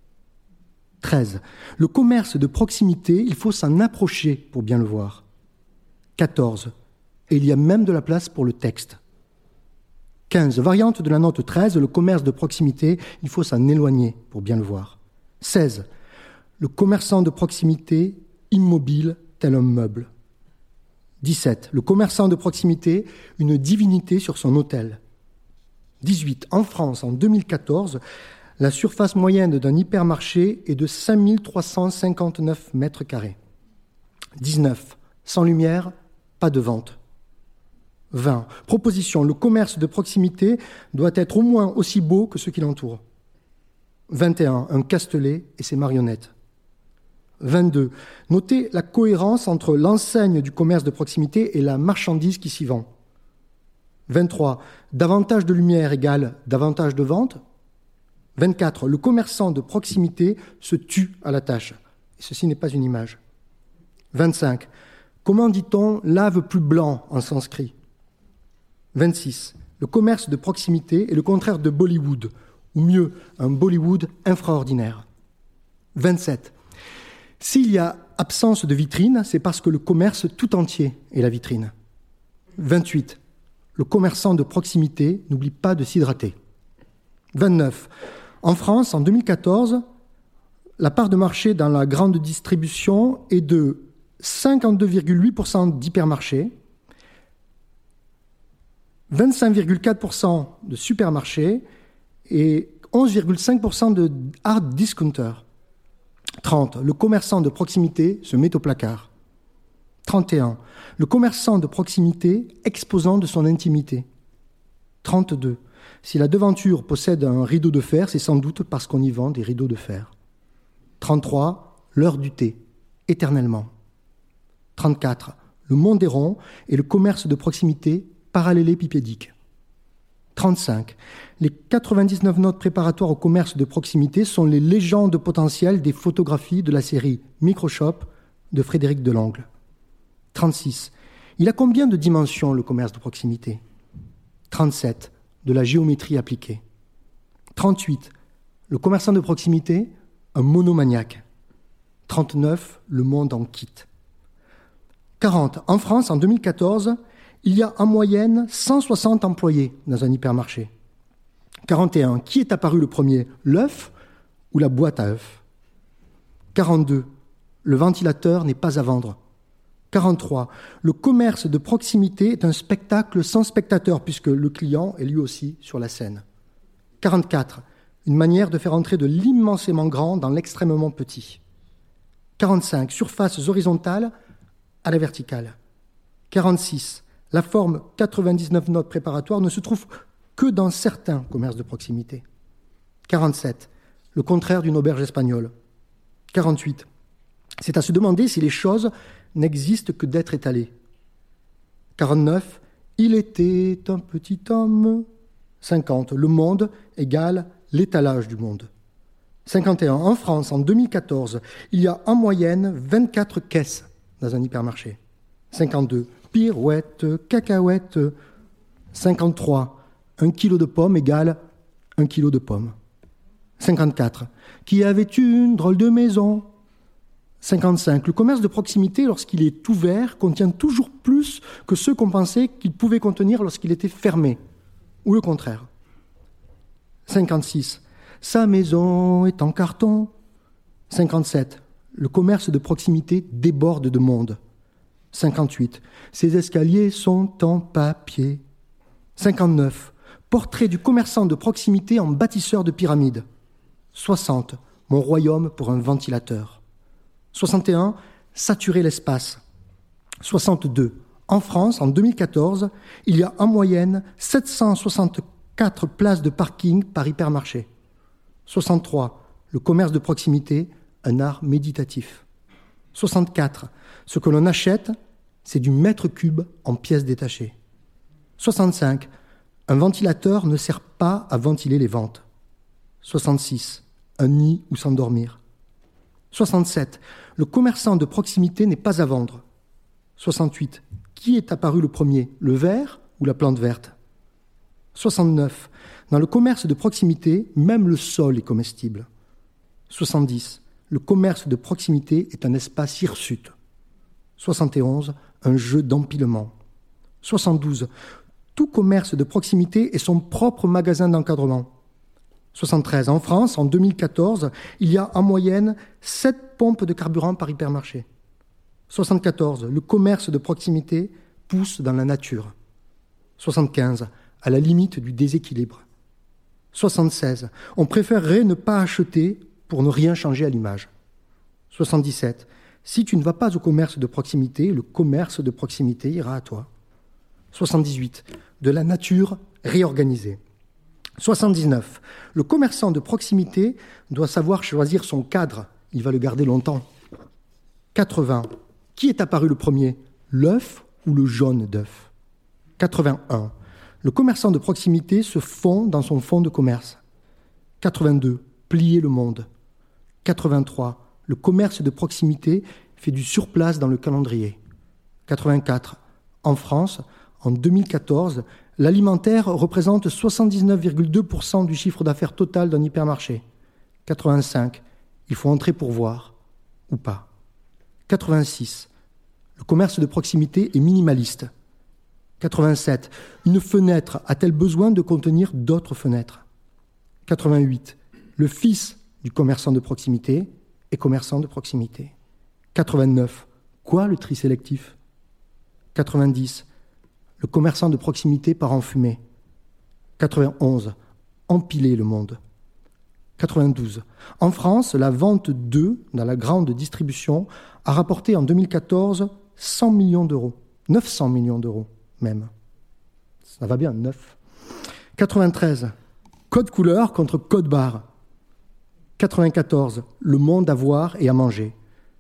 treize. Le commerce de proximité, il faut s'en approcher pour bien le voir. quatorze. Et il y a même de la place pour le texte. quinze. Variante de la note treize, le commerce de proximité, il faut s'en éloigner pour bien le voir. seize. Le commerçant de proximité, immobile tel un meuble. dix-sept. Le commerçant de proximité, une divinité sur son autel. dix-huit. En France, en deux mille quatorze, la surface moyenne d'un hypermarché est de cinq mille trois cent cinquante-neuf mètres carrés. dix-neuf. Sans lumière, pas de vente. vingt. Proposition. Le commerce de proximité doit être au moins aussi beau que ceux qui l'entourent. vingt et un. Un Castelet et ses marionnettes. vingt-deux. Notez la cohérence entre l'enseigne du commerce de proximité et la marchandise qui s'y vend. vingt-trois. Davantage de lumière égale davantage de vente. vingt-quatre. Le commerçant de proximité se tue à la tâche. Et ceci n'est pas une image. vingt-cinq. Comment dit-on lave plus blanc en sanskrit? vingt-six. Le commerce de proximité est le contraire de Bollywood, ou mieux, un Bollywood infraordinaire. vingt-sept. S'il y a absence de vitrine, c'est parce que le commerce tout entier est la vitrine. vingt-huit. Le commerçant de proximité n'oublie pas de s'hydrater. vingt-neuf. En France, en deux mille quatorze, la part de marché dans la grande distribution est de cinquante-deux virgule huit pour cent d'hypermarchés, vingt-cinq virgule quatre pour cent de supermarchés et onze virgule cinq pour cent de hard discounters. trente. Le commerçant de proximité se met au placard. trente et un. Le commerçant de proximité exposant de son intimité. trente-deux. Si la devanture possède un rideau de fer, c'est sans doute parce qu'on y vend des rideaux de fer. trente-trois. L'heure du thé, éternellement. trente-quatre. Le monde est rond et le commerce de proximité parallélépipédique. trente-cinq. Les quatre-vingt-dix-neuf notes préparatoires au commerce de proximité sont les légendes potentielles des photographies de la série Microshop de Frédéric Delangle. trente-six. Il a combien de dimensions le commerce de proximité? trente-sept. De la géométrie appliquée. trente-huit. Le commerçant de proximité, un monomaniaque. trente-neuf. Le monde en quitte. quarante. En France, en deux mille quatorze, il y a en moyenne cent soixante employés dans un hypermarché. quarante et un. Qui est apparu le premier, l'œuf ou la boîte à œufs? quarante-deux. Le ventilateur n'est pas à vendre. quarante-trois. Le commerce de proximité est un spectacle sans spectateur puisque le client est lui aussi sur la scène. quarante-quatre. Une manière de faire entrer de l'immensément grand dans l'extrêmement petit. quarante-cinq. Surfaces horizontales à la verticale. quarante-six. La forme quatre-vingt-dix-neuf notes préparatoires ne se trouve que dans certains commerces de proximité. quarante-sept. Le contraire d'une auberge espagnole. quarante-huit. C'est à se demander si les choses n'existent que d'être étalées. quarante-neuf. Il était un petit homme. cinquante. Le monde égale l'étalage du monde. cinquante et un. En France, en deux mille quatorze, il y a en moyenne vingt-quatre caisses dans un hypermarché. cinquante-deux. Pirouette, cacahuète. cinquante-trois. Un kilo de pommes égale un kilo de pommes. cinquante-quatre. Qui avait une drôle de maison. cinquante-cinq. Le commerce de proximité, lorsqu'il est ouvert, contient toujours plus que ce qu'on pensait qu'il pouvait contenir lorsqu'il était fermé. Ou le contraire. cinquante-six. Sa maison est en carton. cinquante-sept. Le commerce de proximité déborde de monde. cinquante-huit. Ses escaliers sont en papier. cinquante-neuf. Portrait du commerçant de proximité en bâtisseur de pyramides. soixante. Mon royaume pour un ventilateur. soixante et un. Saturer l'espace. soixante-deux. En France, en deux mille quatorze, il y a en moyenne sept cent soixante-quatre places de parking par hypermarché. soixante-trois. Le commerce de proximité, un art méditatif. soixante-quatre. Ce que l'on achète, c'est du mètre cube en pièces détachées. soixante-cinq. Un ventilateur ne sert pas à ventiler les ventes. soixante-six. Un nid où s'endormir. soixante-sept. Le commerçant de proximité n'est pas à vendre. soixante-huit. Qui est apparu le premier, le ver ou la plante verte? soixante-neuf. Dans le commerce de proximité, même le sol est comestible. soixante-dix. Le commerce de proximité est un espace hirsute. soixante et onze. Un jeu d'empilement. soixante-douze. Tout commerce de proximité est son propre magasin d'encadrement. soixante-treize. En France, en deux mille quatorze, il y a en moyenne sept pompes de carburant par hypermarché. soixante-quatorze. Le commerce de proximité pousse dans la nature. soixante-quinze. À la limite du déséquilibre. soixante-seize. On préférerait ne pas acheter pour ne rien changer à l'image. soixante-dix-sept. Si tu ne vas pas au commerce de proximité, le commerce de proximité ira à toi. soixante-dix-huit. De la nature réorganisée. soixante-dix-neuf. Le commerçant de proximité doit savoir choisir son cadre. Il va le garder longtemps. quatre-vingts. Qui est apparu le premier, l'œuf ou le jaune d'œuf? quatre-vingt-un. Le commerçant de proximité se fond dans son fonds de commerce. quatre-vingt-deux. Plier le monde. quatre-vingt-trois. Le commerce de proximité fait du surplace dans le calendrier. quatre-vingt-quatre. En France, en deux mille quatorze, l'alimentaire représente soixante-dix-neuf virgule deux pour cent du chiffre d'affaires total d'un hypermarché. quatre-vingt-cinq. Il faut entrer pour voir, ou pas. quatre-vingt-six. Le commerce de proximité est minimaliste. quatre-vingt-sept. Une fenêtre a-t-elle besoin de contenir d'autres fenêtres? quatre-vingt-huit. Le fils du commerçant de proximité est commerçant de proximité. quatre-vingt-neuf. Quoi le tri sélectif? quatre-vingt-dix. Le commerçant de proximité part en fumée. quatre-vingt-onze. Empiler le monde. quatre-vingt-douze. En France, la vente d'œufs dans la grande distribution a rapporté en deux mille quatorze cent millions d'euros. neuf cents millions d'euros même. Ça va bien, neuf. quatre-vingt-treize. Code couleur contre code barre. quatre-vingt-quatorze. Le monde à voir et à manger.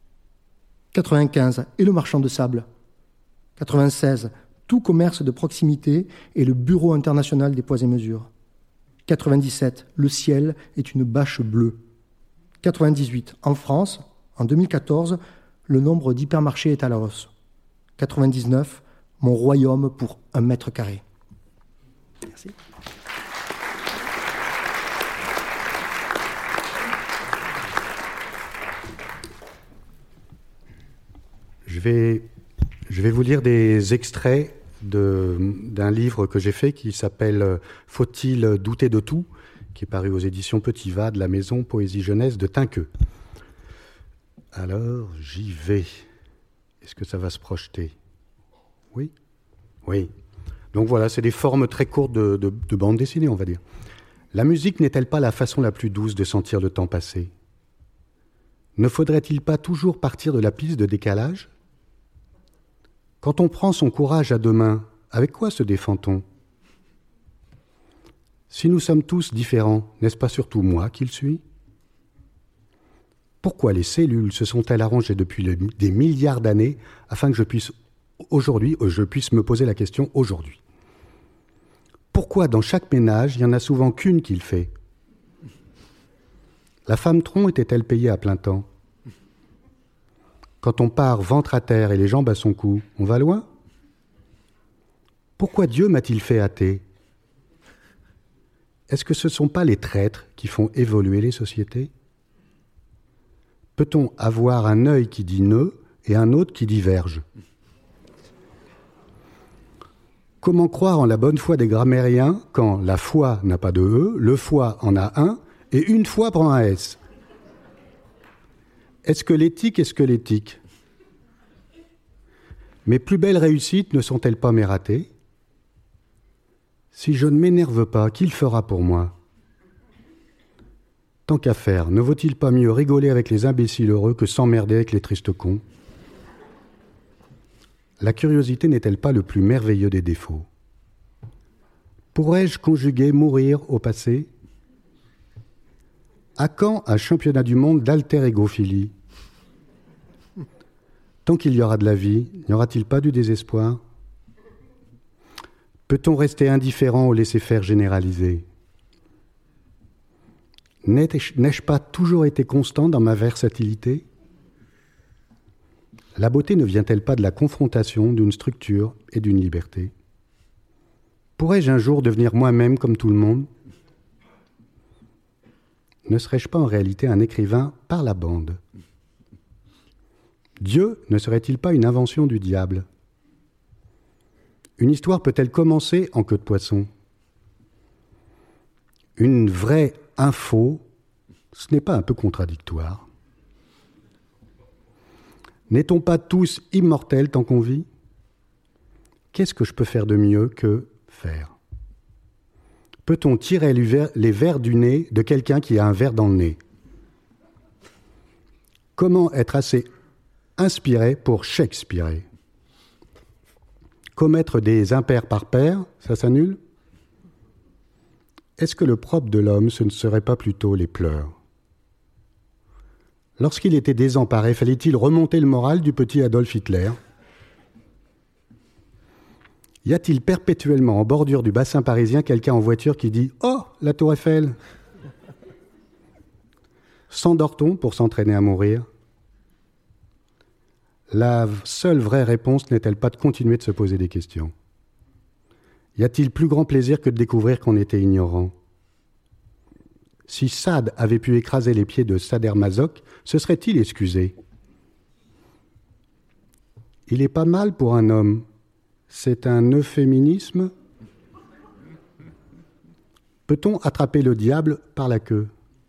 quatre-vingt-quinze. Et le marchand de sable. quatre-vingt-seize. Tout commerce de proximité est le Bureau international des poids et mesures. quatre-vingt-dix-sept. Le ciel est une bâche bleue. quatre-vingt-dix-huit. En France, en deux mille quatorze, le nombre d'hypermarchés est à la hausse. quatre-vingt-dix-neuf. Mon royaume pour un mètre carré. Merci. Je vais, je vais vous lire des extraits de, d'un livre que j'ai fait qui s'appelle « Faut-il douter de tout ?», qui est paru aux éditions Petit Va de la maison Poésie Jeunesse de Tinqueux. Alors, j'y vais. Est-ce que ça va se projeter? Oui? Oui. Donc voilà, c'est des formes très courtes de, de, de bande dessinée, on va dire. La musique n'est-elle pas la façon la plus douce de sentir le temps passer? Ne faudrait-il pas toujours partir de la piste de décalage? Quand on prend son courage à deux mains, avec quoi se défend-on? Si nous sommes tous différents, n'est-ce pas surtout moi qui le suis? Pourquoi les cellules se sont-elles arrangées depuis le, des milliards d'années afin que je puisse aujourd'hui, je puisse me poser la question aujourd'hui? Pourquoi dans chaque ménage, il n'y en a souvent qu'une qui le fait? La femme tronc était-elle payée à plein temps? Quand on part ventre à terre et les jambes à son cou, on va loin? Pourquoi Dieu m'a-t-il fait athée? Est-ce que ce ne sont pas les traîtres qui font évoluer les sociétés? Peut-on avoir un œil qui dit ne et un autre qui diverge? Comment croire en la bonne foi des grammairiens quand la foi n'a pas de E, le foi en a un, et une fois prend un S? Est-ce que l'éthique est squelettique? Mes plus belles réussites ne sont-elles pas mes ratés? Si je ne m'énerve pas, qui le fera pour moi? Tant qu'à faire, ne vaut-il pas mieux rigoler avec les imbéciles heureux que s'emmerder avec les tristes cons? La curiosité n'est-elle pas le plus merveilleux des défauts? Pourrais-je conjuguer mourir au passé? À quand un championnat du monde d'alter-égophilie? Tant qu'il y aura de la vie, n'y aura-t-il pas du désespoir? Peut-on rester indifférent au laisser-faire généralisé? N'ai-je pas toujours été constant dans ma versatilité? La beauté ne vient-elle pas de la confrontation d'une structure et d'une liberté? Pourrais-je un jour devenir moi-même comme tout le monde? Ne serais-je pas en réalité un écrivain par la bande? Dieu ne serait-il pas une invention du diable? Une histoire peut-elle commencer en queue de poisson? Une vraie info, ce n'est pas un peu contradictoire? N'est-on pas tous immortels tant qu'on vit? Qu'est-ce que je peux faire de mieux que faire? Peut-on tirer les vers du nez de quelqu'un qui a un ver dans le nez? Comment être assez inspiré pour Shakespeare? Commettre des impairs par pair, ça s'annule? Est-ce que le propre de l'homme, ce ne serait pas plutôt les pleurs? Lorsqu'il était désemparé, fallait-il remonter le moral du petit Adolf Hitler? Y a-t-il perpétuellement en bordure du bassin parisien quelqu'un en voiture qui dit « Oh, la tour Eiffel !» S'endort-on pour s'entraîner à mourir? La seule vraie réponse n'est-elle pas de continuer de se poser des questions? Y a-t-il plus grand plaisir que de découvrir qu'on était ignorant? Si Sade avait pu écraser les pieds de Sader-Masoch, se serait-il excusé? Il est pas mal pour un homme. C'est un euphéminisme? Peut-on attraper le diable par la queue?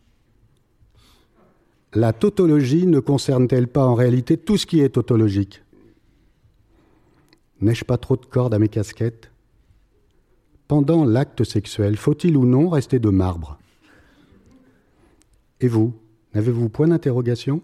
La tautologie ne concerne-t-elle pas en réalité tout ce qui est tautologique? N'ai-je pas trop de cordes à mes casquettes? Pendant l'acte sexuel, faut-il ou non rester de marbre? Et vous, n'avez-vous point d'interrogation?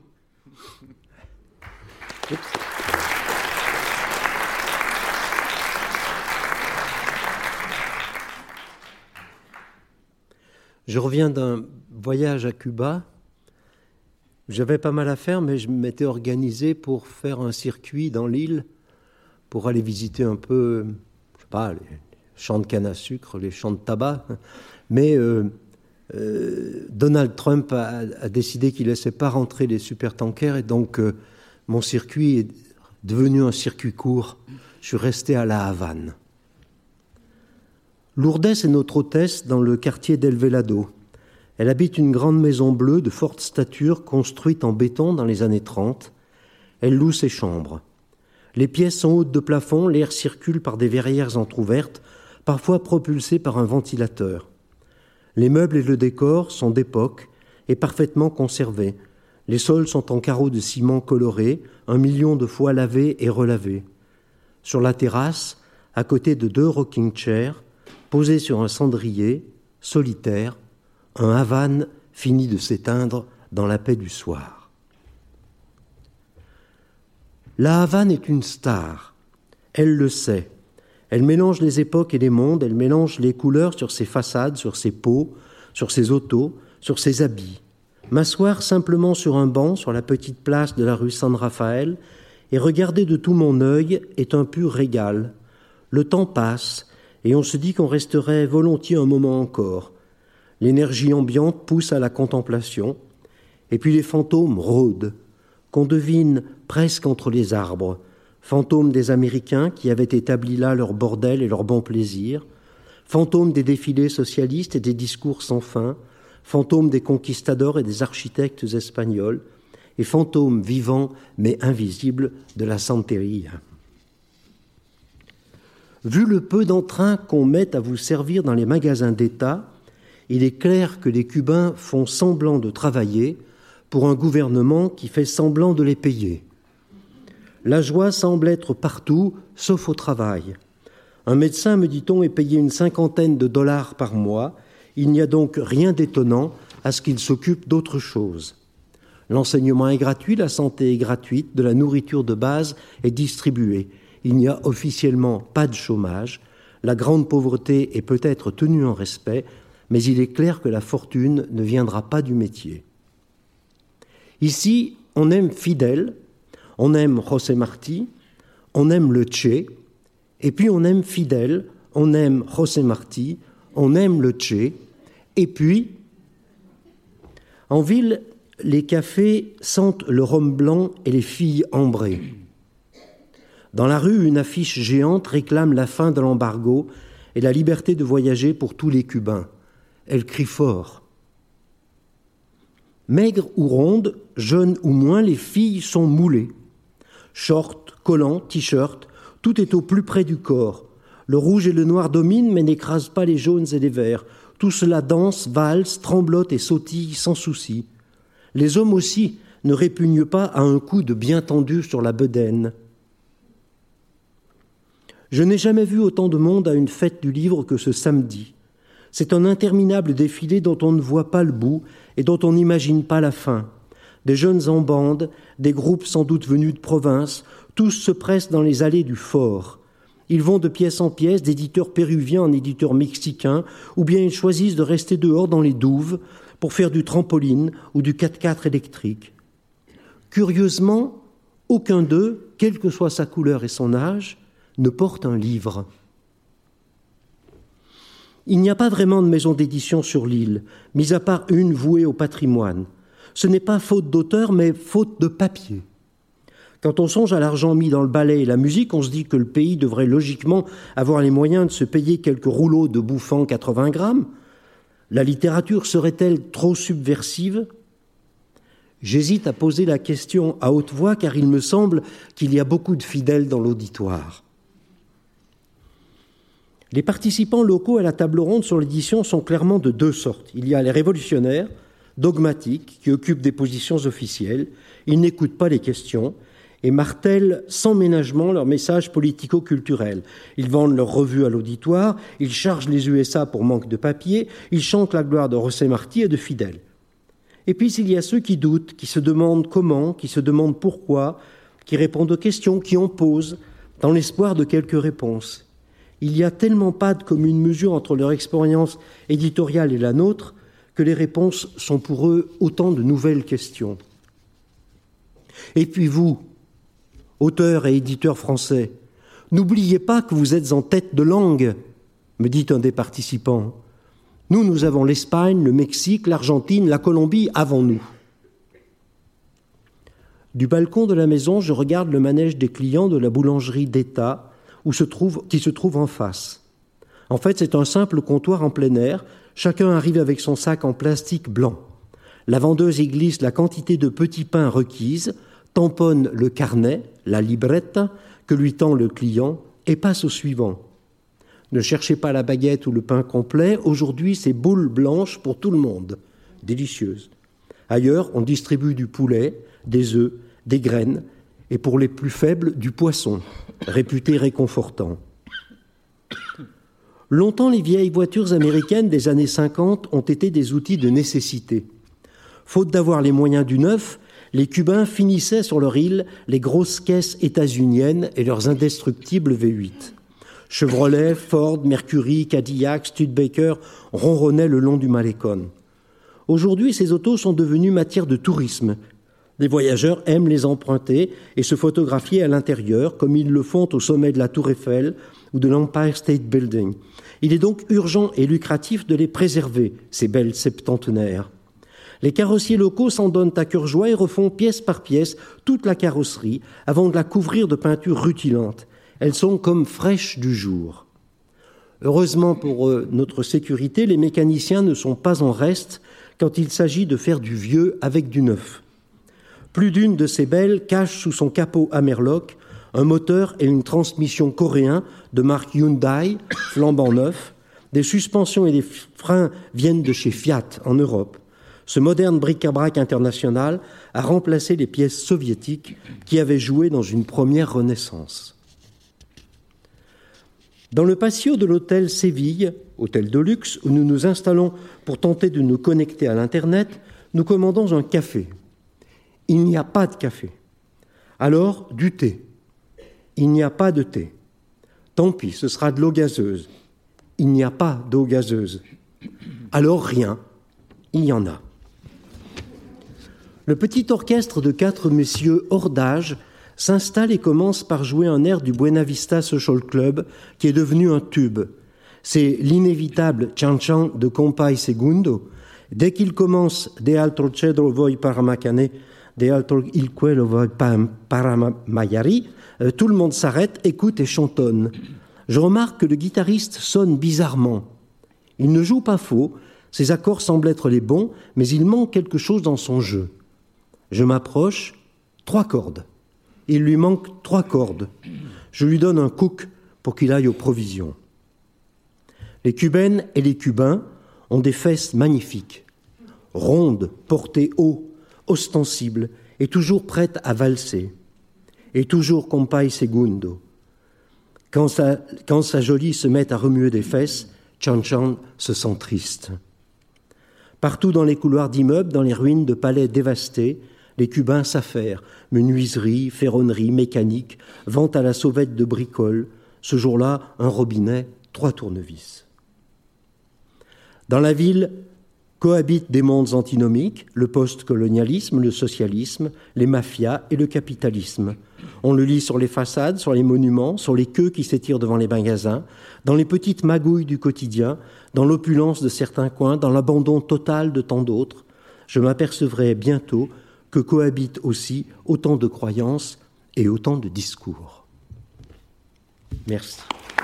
Je reviens d'un voyage à Cuba. J'avais pas mal à faire, mais je m'étais organisé pour faire un circuit dans l'île, pour aller visiter un peu, je sais pas, les champs de canne à sucre, les champs de tabac. Mais euh, euh, Donald Trump a, a décidé qu'il ne laissait pas rentrer les supertankers, et donc euh, mon circuit est devenu un circuit court. Je suis resté à La Havane. Lourdes est notre hôtesse dans le quartier d'El Velado. Elle habite une grande maison bleue de forte stature construite en béton dans les années trente. Elle loue ses chambres. Les pièces sont hautes de plafond, l'air circule par des verrières entr'ouvertes, parfois propulsées par un ventilateur. Les meubles et le décor sont d'époque et parfaitement conservés. Les sols sont en carreaux de ciment colorés, un million de fois lavés et relavés. Sur la terrasse, à côté de deux rocking chairs, posés sur un cendrier, solitaire, un Havane finit de s'éteindre dans la paix du soir. La Havane est une star. Elle le sait. Elle mélange les époques et les mondes, elle mélange les couleurs sur ses façades, sur ses peaux, sur ses autos, sur ses habits. M'asseoir simplement sur un banc sur la petite place de la rue San Rafael et regarder de tout mon œil est un pur régal. Le temps passe et on se dit qu'on resterait volontiers un moment encore. L'énergie ambiante pousse à la contemplation, et puis les fantômes rôdent, qu'on devine presque entre les arbres, fantômes des Américains qui avaient établi là leur bordel et leur bon plaisir, fantômes des défilés socialistes et des discours sans fin, fantômes des conquistadors et des architectes espagnols, et fantômes vivants mais invisibles de la santeria. Vu le peu d'entrain qu'on met à vous servir dans les magasins d'État, il est clair que les Cubains font semblant de travailler pour un gouvernement qui fait semblant de les payer. La joie semble être partout, sauf au travail. Un médecin, me dit-on, est payé une cinquantaine de dollars par mois. Il n'y a donc rien d'étonnant à ce qu'il s'occupe d'autre chose. L'enseignement est gratuit, la santé est gratuite, de la nourriture de base est distribuée. Il n'y a officiellement pas de chômage. La grande pauvreté est peut-être tenue en respect, mais il est clair que la fortune ne viendra pas du métier. Ici, on aime Fidel, on aime José Martí, on aime le Che, et puis on aime Fidel, on aime José Martí, on aime le Che, et puis, en ville, les cafés sentent le rhum blanc et les filles ambrées. Dans la rue, une affiche géante réclame la fin de l'embargo et la liberté de voyager pour tous les Cubains. Elle crie fort. Maigres ou rondes, jeunes ou moins, les filles sont moulées. Shorts, collants, t-shirts, tout est au plus près du corps. Le rouge et le noir dominent mais n'écrasent pas les jaunes et les verts. Tout cela danse, valse, tremblote et sautille sans souci. Les hommes aussi ne répugnent pas à un coup de bien tendu sur la bedaine. Je n'ai jamais vu autant de monde à une fête du livre que ce samedi. C'est un interminable défilé dont on ne voit pas le bout et dont on n'imagine pas la fin. Des jeunes en bande, des groupes sans doute venus de province, tous se pressent dans les allées du fort. Ils vont de pièce en pièce, d'éditeurs péruviens en éditeurs mexicains, ou bien ils choisissent de rester dehors dans les douves pour faire du trampoline ou du quatre-quatre électrique. Curieusement, aucun d'eux, quelle que soit sa couleur et son âge, ne porte un livre. Il n'y a pas vraiment de maison d'édition sur l'île, mis à part une vouée au patrimoine. Ce n'est pas faute d'auteur, mais faute de papier. Quand on songe à l'argent mis dans le ballet et la musique, on se dit que le pays devrait logiquement avoir les moyens de se payer quelques rouleaux de bouffant quatre-vingts grammes. La littérature serait-elle trop subversive ? J'hésite à poser la question à haute voix car il me semble qu'il y a beaucoup de fidèles dans l'auditoire. Les participants locaux à la table ronde sur l'édition sont clairement de deux sortes. Il y a les révolutionnaires, dogmatiques, qui occupent des positions officielles. Ils n'écoutent pas les questions et martèlent sans ménagement leurs messages politico-culturels. Ils vendent leurs revues à l'auditoire, ils chargent les U S A pour manque de papier, ils chantent la gloire de José Martí et de Fidel. Et puis il y a ceux qui doutent, qui se demandent comment, qui se demandent pourquoi, qui répondent aux questions, qui en posent, dans l'espoir de quelques réponses. Il n'y a tellement pas de commune mesure entre leur expérience éditoriale et la nôtre que les réponses sont pour eux autant de nouvelles questions. Et puis vous, auteurs et éditeurs français, n'oubliez pas que vous êtes en tête de langue, me dit un des participants. Nous, nous avons l'Espagne, le Mexique, l'Argentine, la Colombie avant nous. Du balcon de la maison, je regarde le manège des clients de la boulangerie d'État où se trouve, qui se trouve en face. En fait, c'est un simple comptoir en plein air. Chacun arrive avec son sac en plastique blanc. La vendeuse y glisse la quantité de petits pains requise, tamponne le carnet, la libretta, que lui tend le client, et passe au suivant. Ne cherchez pas la baguette ou le pain complet. Aujourd'hui, c'est boule blanche pour tout le monde. Délicieuse. Ailleurs, on distribue du poulet, des œufs, des graines, et pour les plus faibles, du poisson, réputé réconfortant. Longtemps, les vieilles voitures américaines des années cinquante ont été des outils de nécessité. Faute d'avoir les moyens du neuf, les Cubains finissaient sur leur île les grosses caisses états-uniennes et leurs indestructibles V huit. Chevrolet, Ford, Mercury, Cadillac, Studebaker ronronnaient le long du Malecón. Aujourd'hui, ces autos sont devenues matière de tourisme. Les voyageurs aiment les emprunter et se photographier à l'intérieur, comme ils le font au sommet de la Tour Eiffel ou de l'Empire State Building. Il est donc urgent et lucratif de les préserver, ces belles septentenaires. Les carrossiers locaux s'en donnent à cœur joie et refont pièce par pièce toute la carrosserie avant de la couvrir de peinture rutilante. Elles sont comme fraîches du jour. Heureusement pour euh, notre sécurité, les mécaniciens ne sont pas en reste quand il s'agit de faire du vieux avec du neuf. Plus d'une de ces belles cache sous son capot Amerloc un moteur et une transmission coréens de marque Hyundai, flambant neuf. Des suspensions et des freins viennent de chez Fiat en Europe. Ce moderne bric-à-brac international a remplacé les pièces soviétiques qui avaient joué dans une première renaissance. Dans le patio de l'hôtel Séville, hôtel de luxe, où nous nous installons pour tenter de nous connecter à l'Internet, nous commandons un café. Il n'y a pas de café. Alors, du thé. Il n'y a pas de thé. Tant pis, ce sera de l'eau gazeuse. Il n'y a pas d'eau gazeuse. Alors rien. Il y en a. Le petit orchestre de quatre messieurs hors d'âge s'installe et commence par jouer un air du Buena Vista Social Club qui est devenu un tube. C'est l'inévitable Chan Chan de Compay Segundo. Dès qu'il commence « De altro cedro voi paramacane, de altro il quello voi paramayari », tout le monde s'arrête, écoute et chantonne. Je remarque que le guitariste sonne bizarrement. Il ne joue pas faux, ses accords semblent être les bons, mais il manque quelque chose dans son jeu. Je m'approche, trois cordes. Il lui manque trois cordes. Je lui donne un cook pour qu'il aille aux provisions. Les Cubaines et les Cubains ont des fesses magnifiques, rondes, portées haut, ostensibles et toujours prêtes à valser. Et toujours Compay Segundo. Quand sa, quand sa jolie se met à remuer des fesses, Chan Chan se sent triste. Partout dans les couloirs d'immeubles, dans les ruines de palais dévastés, les Cubains s'affairent, menuiserie, ferronnerie, mécanique, vente à la sauvette de bricoles. Ce jour-là, un robinet, trois tournevis. Dans la ville cohabitent des mondes antinomiques, le post-colonialisme, le socialisme, les mafias et le capitalisme. On le lit sur les façades, sur les monuments, sur les queues qui s'étirent devant les magasins, dans les petites magouilles du quotidien, dans l'opulence de certains coins, dans l'abandon total de tant d'autres. Je m'apercevrai bientôt que cohabitent aussi autant de croyances et autant de discours. Merci.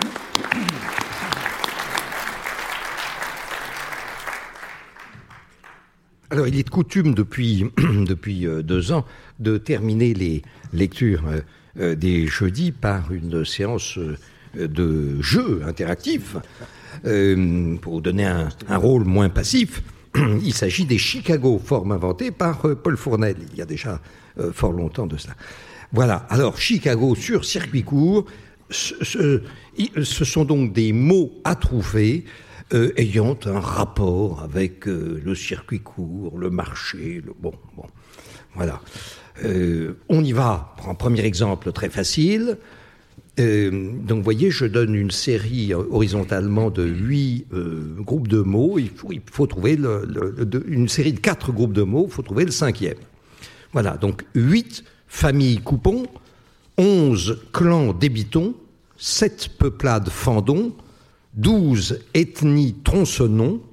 Alors, il est de coutume depuis, depuis deux ans de terminer les lectures euh, des jeudis par une séance de jeu interactif euh, pour donner un, un rôle moins passif. Il s'agit des Chicago, forme inventée par euh, Paul Fournel, il y a déjà euh, fort longtemps de cela. Voilà, alors Chicago sur circuit court, ce, ce, ce sont donc des mots à trouver Euh, ayant un rapport avec euh, le circuit court, le marché, le... bon, bon, voilà. Euh, on y va, un premier exemple très facile. Euh, donc, vous voyez, je donne une série horizontalement de huit euh, groupes de mots. Il faut, il faut trouver le, le, le, une série de quatre groupes de mots. Il faut trouver le cinquième. Voilà, donc huit familles coupons, onze clans débitons, sept peuplades fendons, douze ethnies tronçonnons.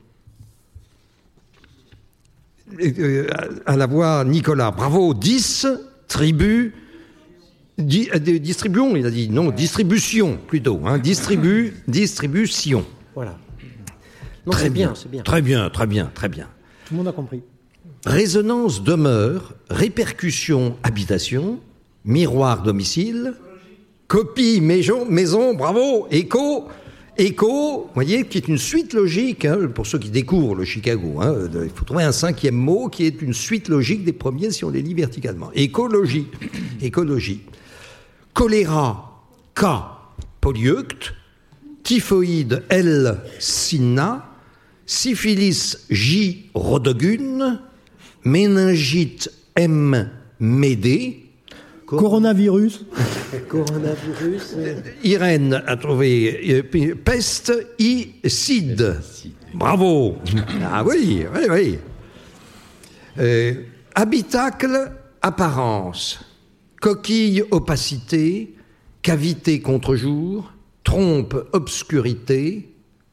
Euh, à la voix, Nicolas, bravo. dix tribus, di, euh, distribuons, il a dit, non, distribution plutôt, hein, distribu, distribution. Voilà. Non, très c'est bien, bien, c'est bien. Très bien, très bien, très bien. Tout le monde a compris. Résonance demeure, répercussion habitation, miroir domicile, copie maison, maison, bravo, écho. Écho, vous voyez, qui est une suite logique, hein, pour ceux qui découvrent le Chicago. Hein, il faut trouver un cinquième mot qui est une suite logique des premiers si on les lit verticalement. Écologie. Écologie. Choléra, K. Polyeucte. Typhoïde, L. Cinna. Syphilis, J. Rodogune. Méningite, M. Médée. Coronavirus. Coronavirus. Irène a trouvé euh, peste, I, cide. Bravo. Ah oui, oui, oui. Euh, habitacle, apparence. Coquille, opacité. Cavité, contre-jour. Trompe, obscurité.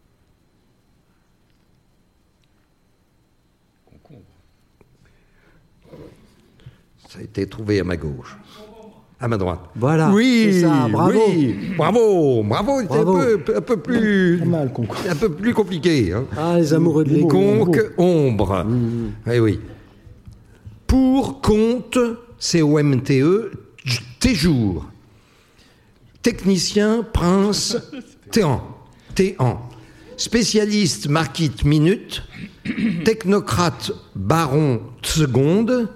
Ça a été trouvé à ma gauche. À ma droite. Voilà. Oui, c'est ça, bravo. Oui, bravo, bravo. C'était Bravo. un peu, un peu plus, Mal, concours. un peu plus compliqué. Hein. Ah, les amoureux de l'écho. Conque, ombre. Mmh. Oui, oui. Pour, compte, C O M T E, tes jours. Technicien, prince, Téan. Téan. Spécialiste, marquite, minute. Technocrate, baron, seconde.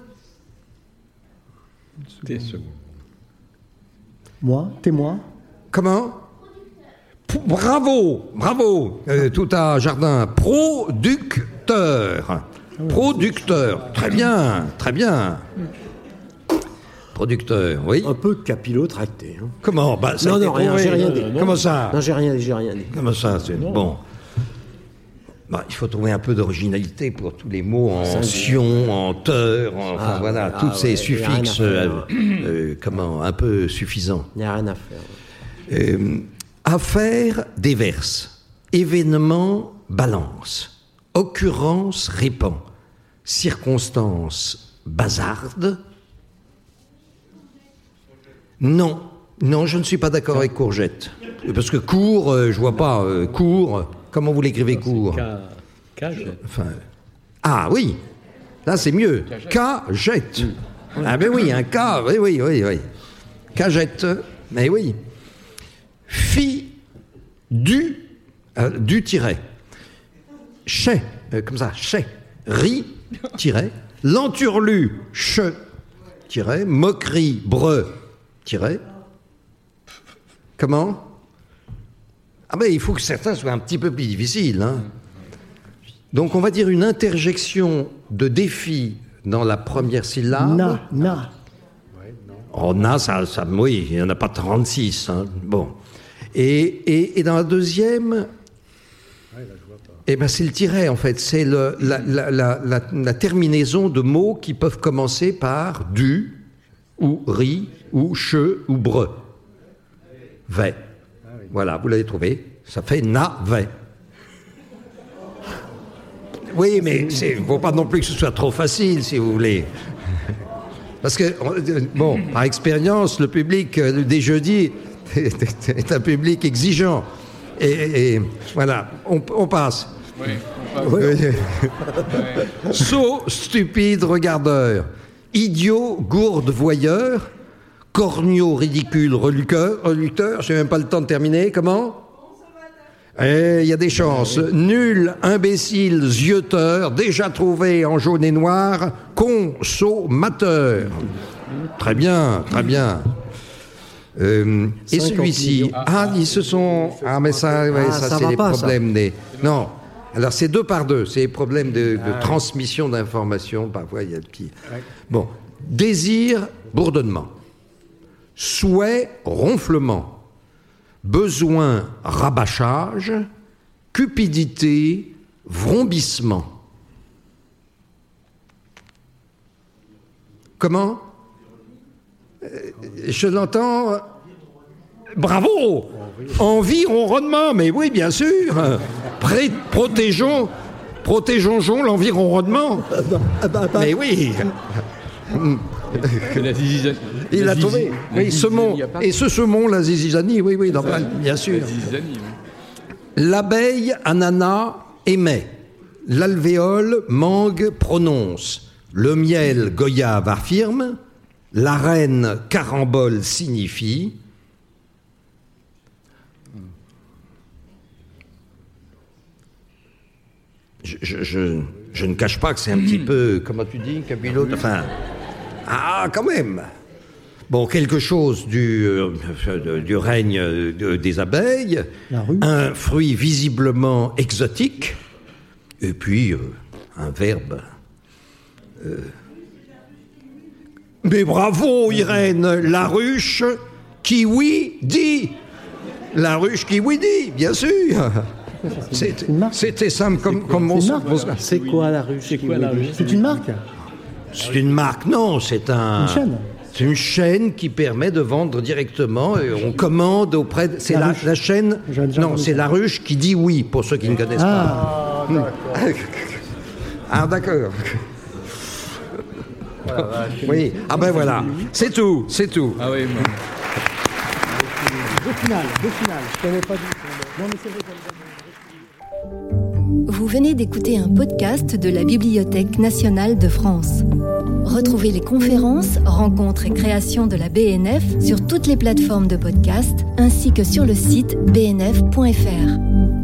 T secondes. Moi, témoin. Comment ? Bravo, bravo, euh, tout à Jardin. Producteur. Producteur. Très bien, très bien. Producteur, oui. Un peu capillotracté. Hein. Comment bah, ça Non, non, rien, j'ai rien dit. Comment ça Non, j'ai rien dit, j'ai rien dit. Comment ça c'est... Bon. Bah, il faut trouver un peu d'originalité pour tous les mots en Ça, sion, en teur, en, enfin, Ah, voilà, ah, tous ouais, ces y a suffixes, rien à faire. euh, euh, comment, un peu suffisants. Il n'y a rien à faire. Euh, affaire déverse, événement balance, occurrence répand, circonstance bazarde. Non, non, je ne suis pas d'accord avec courgette. Parce que court, euh, je vois pas, euh, court, comment vous l'écrivez court enfin, Ah oui, là c'est mieux. Cagette. Ah ben oui, un K, oui, oui, oui, oui. Cagette, mais oui. Fi, du, euh, du tiret. Chez, euh, comme ça, chez. Ri, tiret. L'enturlu, che, tiret. Moquerie, bre, tiret. Comment? Ah ben il faut que certains soient un petit peu plus difficiles. Hein. Donc on va dire une interjection de défi dans la première syllabe. Na, na. Oh, na, ça, ça, oui, il n'y en a pas trente-six. Hein. Bon. Et, et, et dans la deuxième, eh ben c'est le tiret, en fait. C'est le, la, la, la, la, la terminaison de mots qui peuvent commencer par du, ou ri, ou che, ou bre. Ve. Voilà, vous l'avez trouvé. Ça fait na-ve. Oui, mais il ne faut pas non plus que ce soit trop facile, si vous voulez. Parce que, bon, par expérience, le public euh, des jeudis est un public exigeant. Et, et voilà, on, on passe. Oui, on passe. Oui. Sot, stupide, regardeur. Idiot, gourde, voyeur. Corneau, ridicule, reluqueur. relucteur. Je n'ai même pas le temps de terminer. Comment ? Eh, il y a des chances. Nul, imbécile, zioteur, déjà trouvé en jaune et noir, consommateur. Très bien, très bien. Euh, et celui-ci, ah, ils se sont... Ah, mais ça, ouais, Ah, ça, ça c'est va les pas, problèmes ça. des... Non, alors c'est deux par deux, c'est les problèmes de, de transmission d'informations, parfois il y a le petit... Bon, désir, bourdonnement. Souhait, ronflement. Besoin, rabâchage. Cupidité, vrombissement. Comment ? euh, Je l'entends. Bravo ! Envie, ronronnement, mais oui, bien sûr. Pré- protégeons, protégeons l'environnement. Mais oui. C'est la zizizanie. Il La a zizi- trouvé. la Oui, zizizanie, saumon. il y a pas- Et ce saumon, la zizizanie, oui, oui, dans- bien sûr. La zizizanie, oui. L'abeille, ananas, émet. L'alvéole, mangue, prononce. Le miel, goyave, affirme. La reine, carambole, signifie. Je, je, je, je ne cache pas que c'est un petit peu, comment tu dis, Capillo ? Enfin, ah, quand même. Bon, quelque chose du, euh, du règne de- des abeilles, La rue. un fruit visiblement exotique, et puis euh, un verbe. Euh. Mais bravo, Irène, la ruche qui oui dit. La ruche qui oui dit, bien sûr. C'est- une marque. C'était simple comme, comme mon C'est une son. marque. mon- C'est quoi la ruche? C'est quoi la ruche? C'est une marque. C'est une marque, non, c'est un... Une chaîne. C'est une chaîne qui permet de vendre directement. Et on commande auprès de... C'est La la, ruche. la chaîne... J'avais déjà Non, entendu c'est ça. la ruche qui dit oui, pour ceux qui ne connaissent Ah, pas. Ah, d'accord. Oui, ah ben voilà. C'est tout, c'est tout. Ah oui, moi. deux finales, deux finales. Je connais pas du tout. Non, mais c'est vrai que- Vous venez d'écouter un podcast de la Bibliothèque nationale de France. Retrouvez les conférences, rencontres et créations de la B N F sur toutes les plateformes de podcast ainsi que sur le site b n f point f r.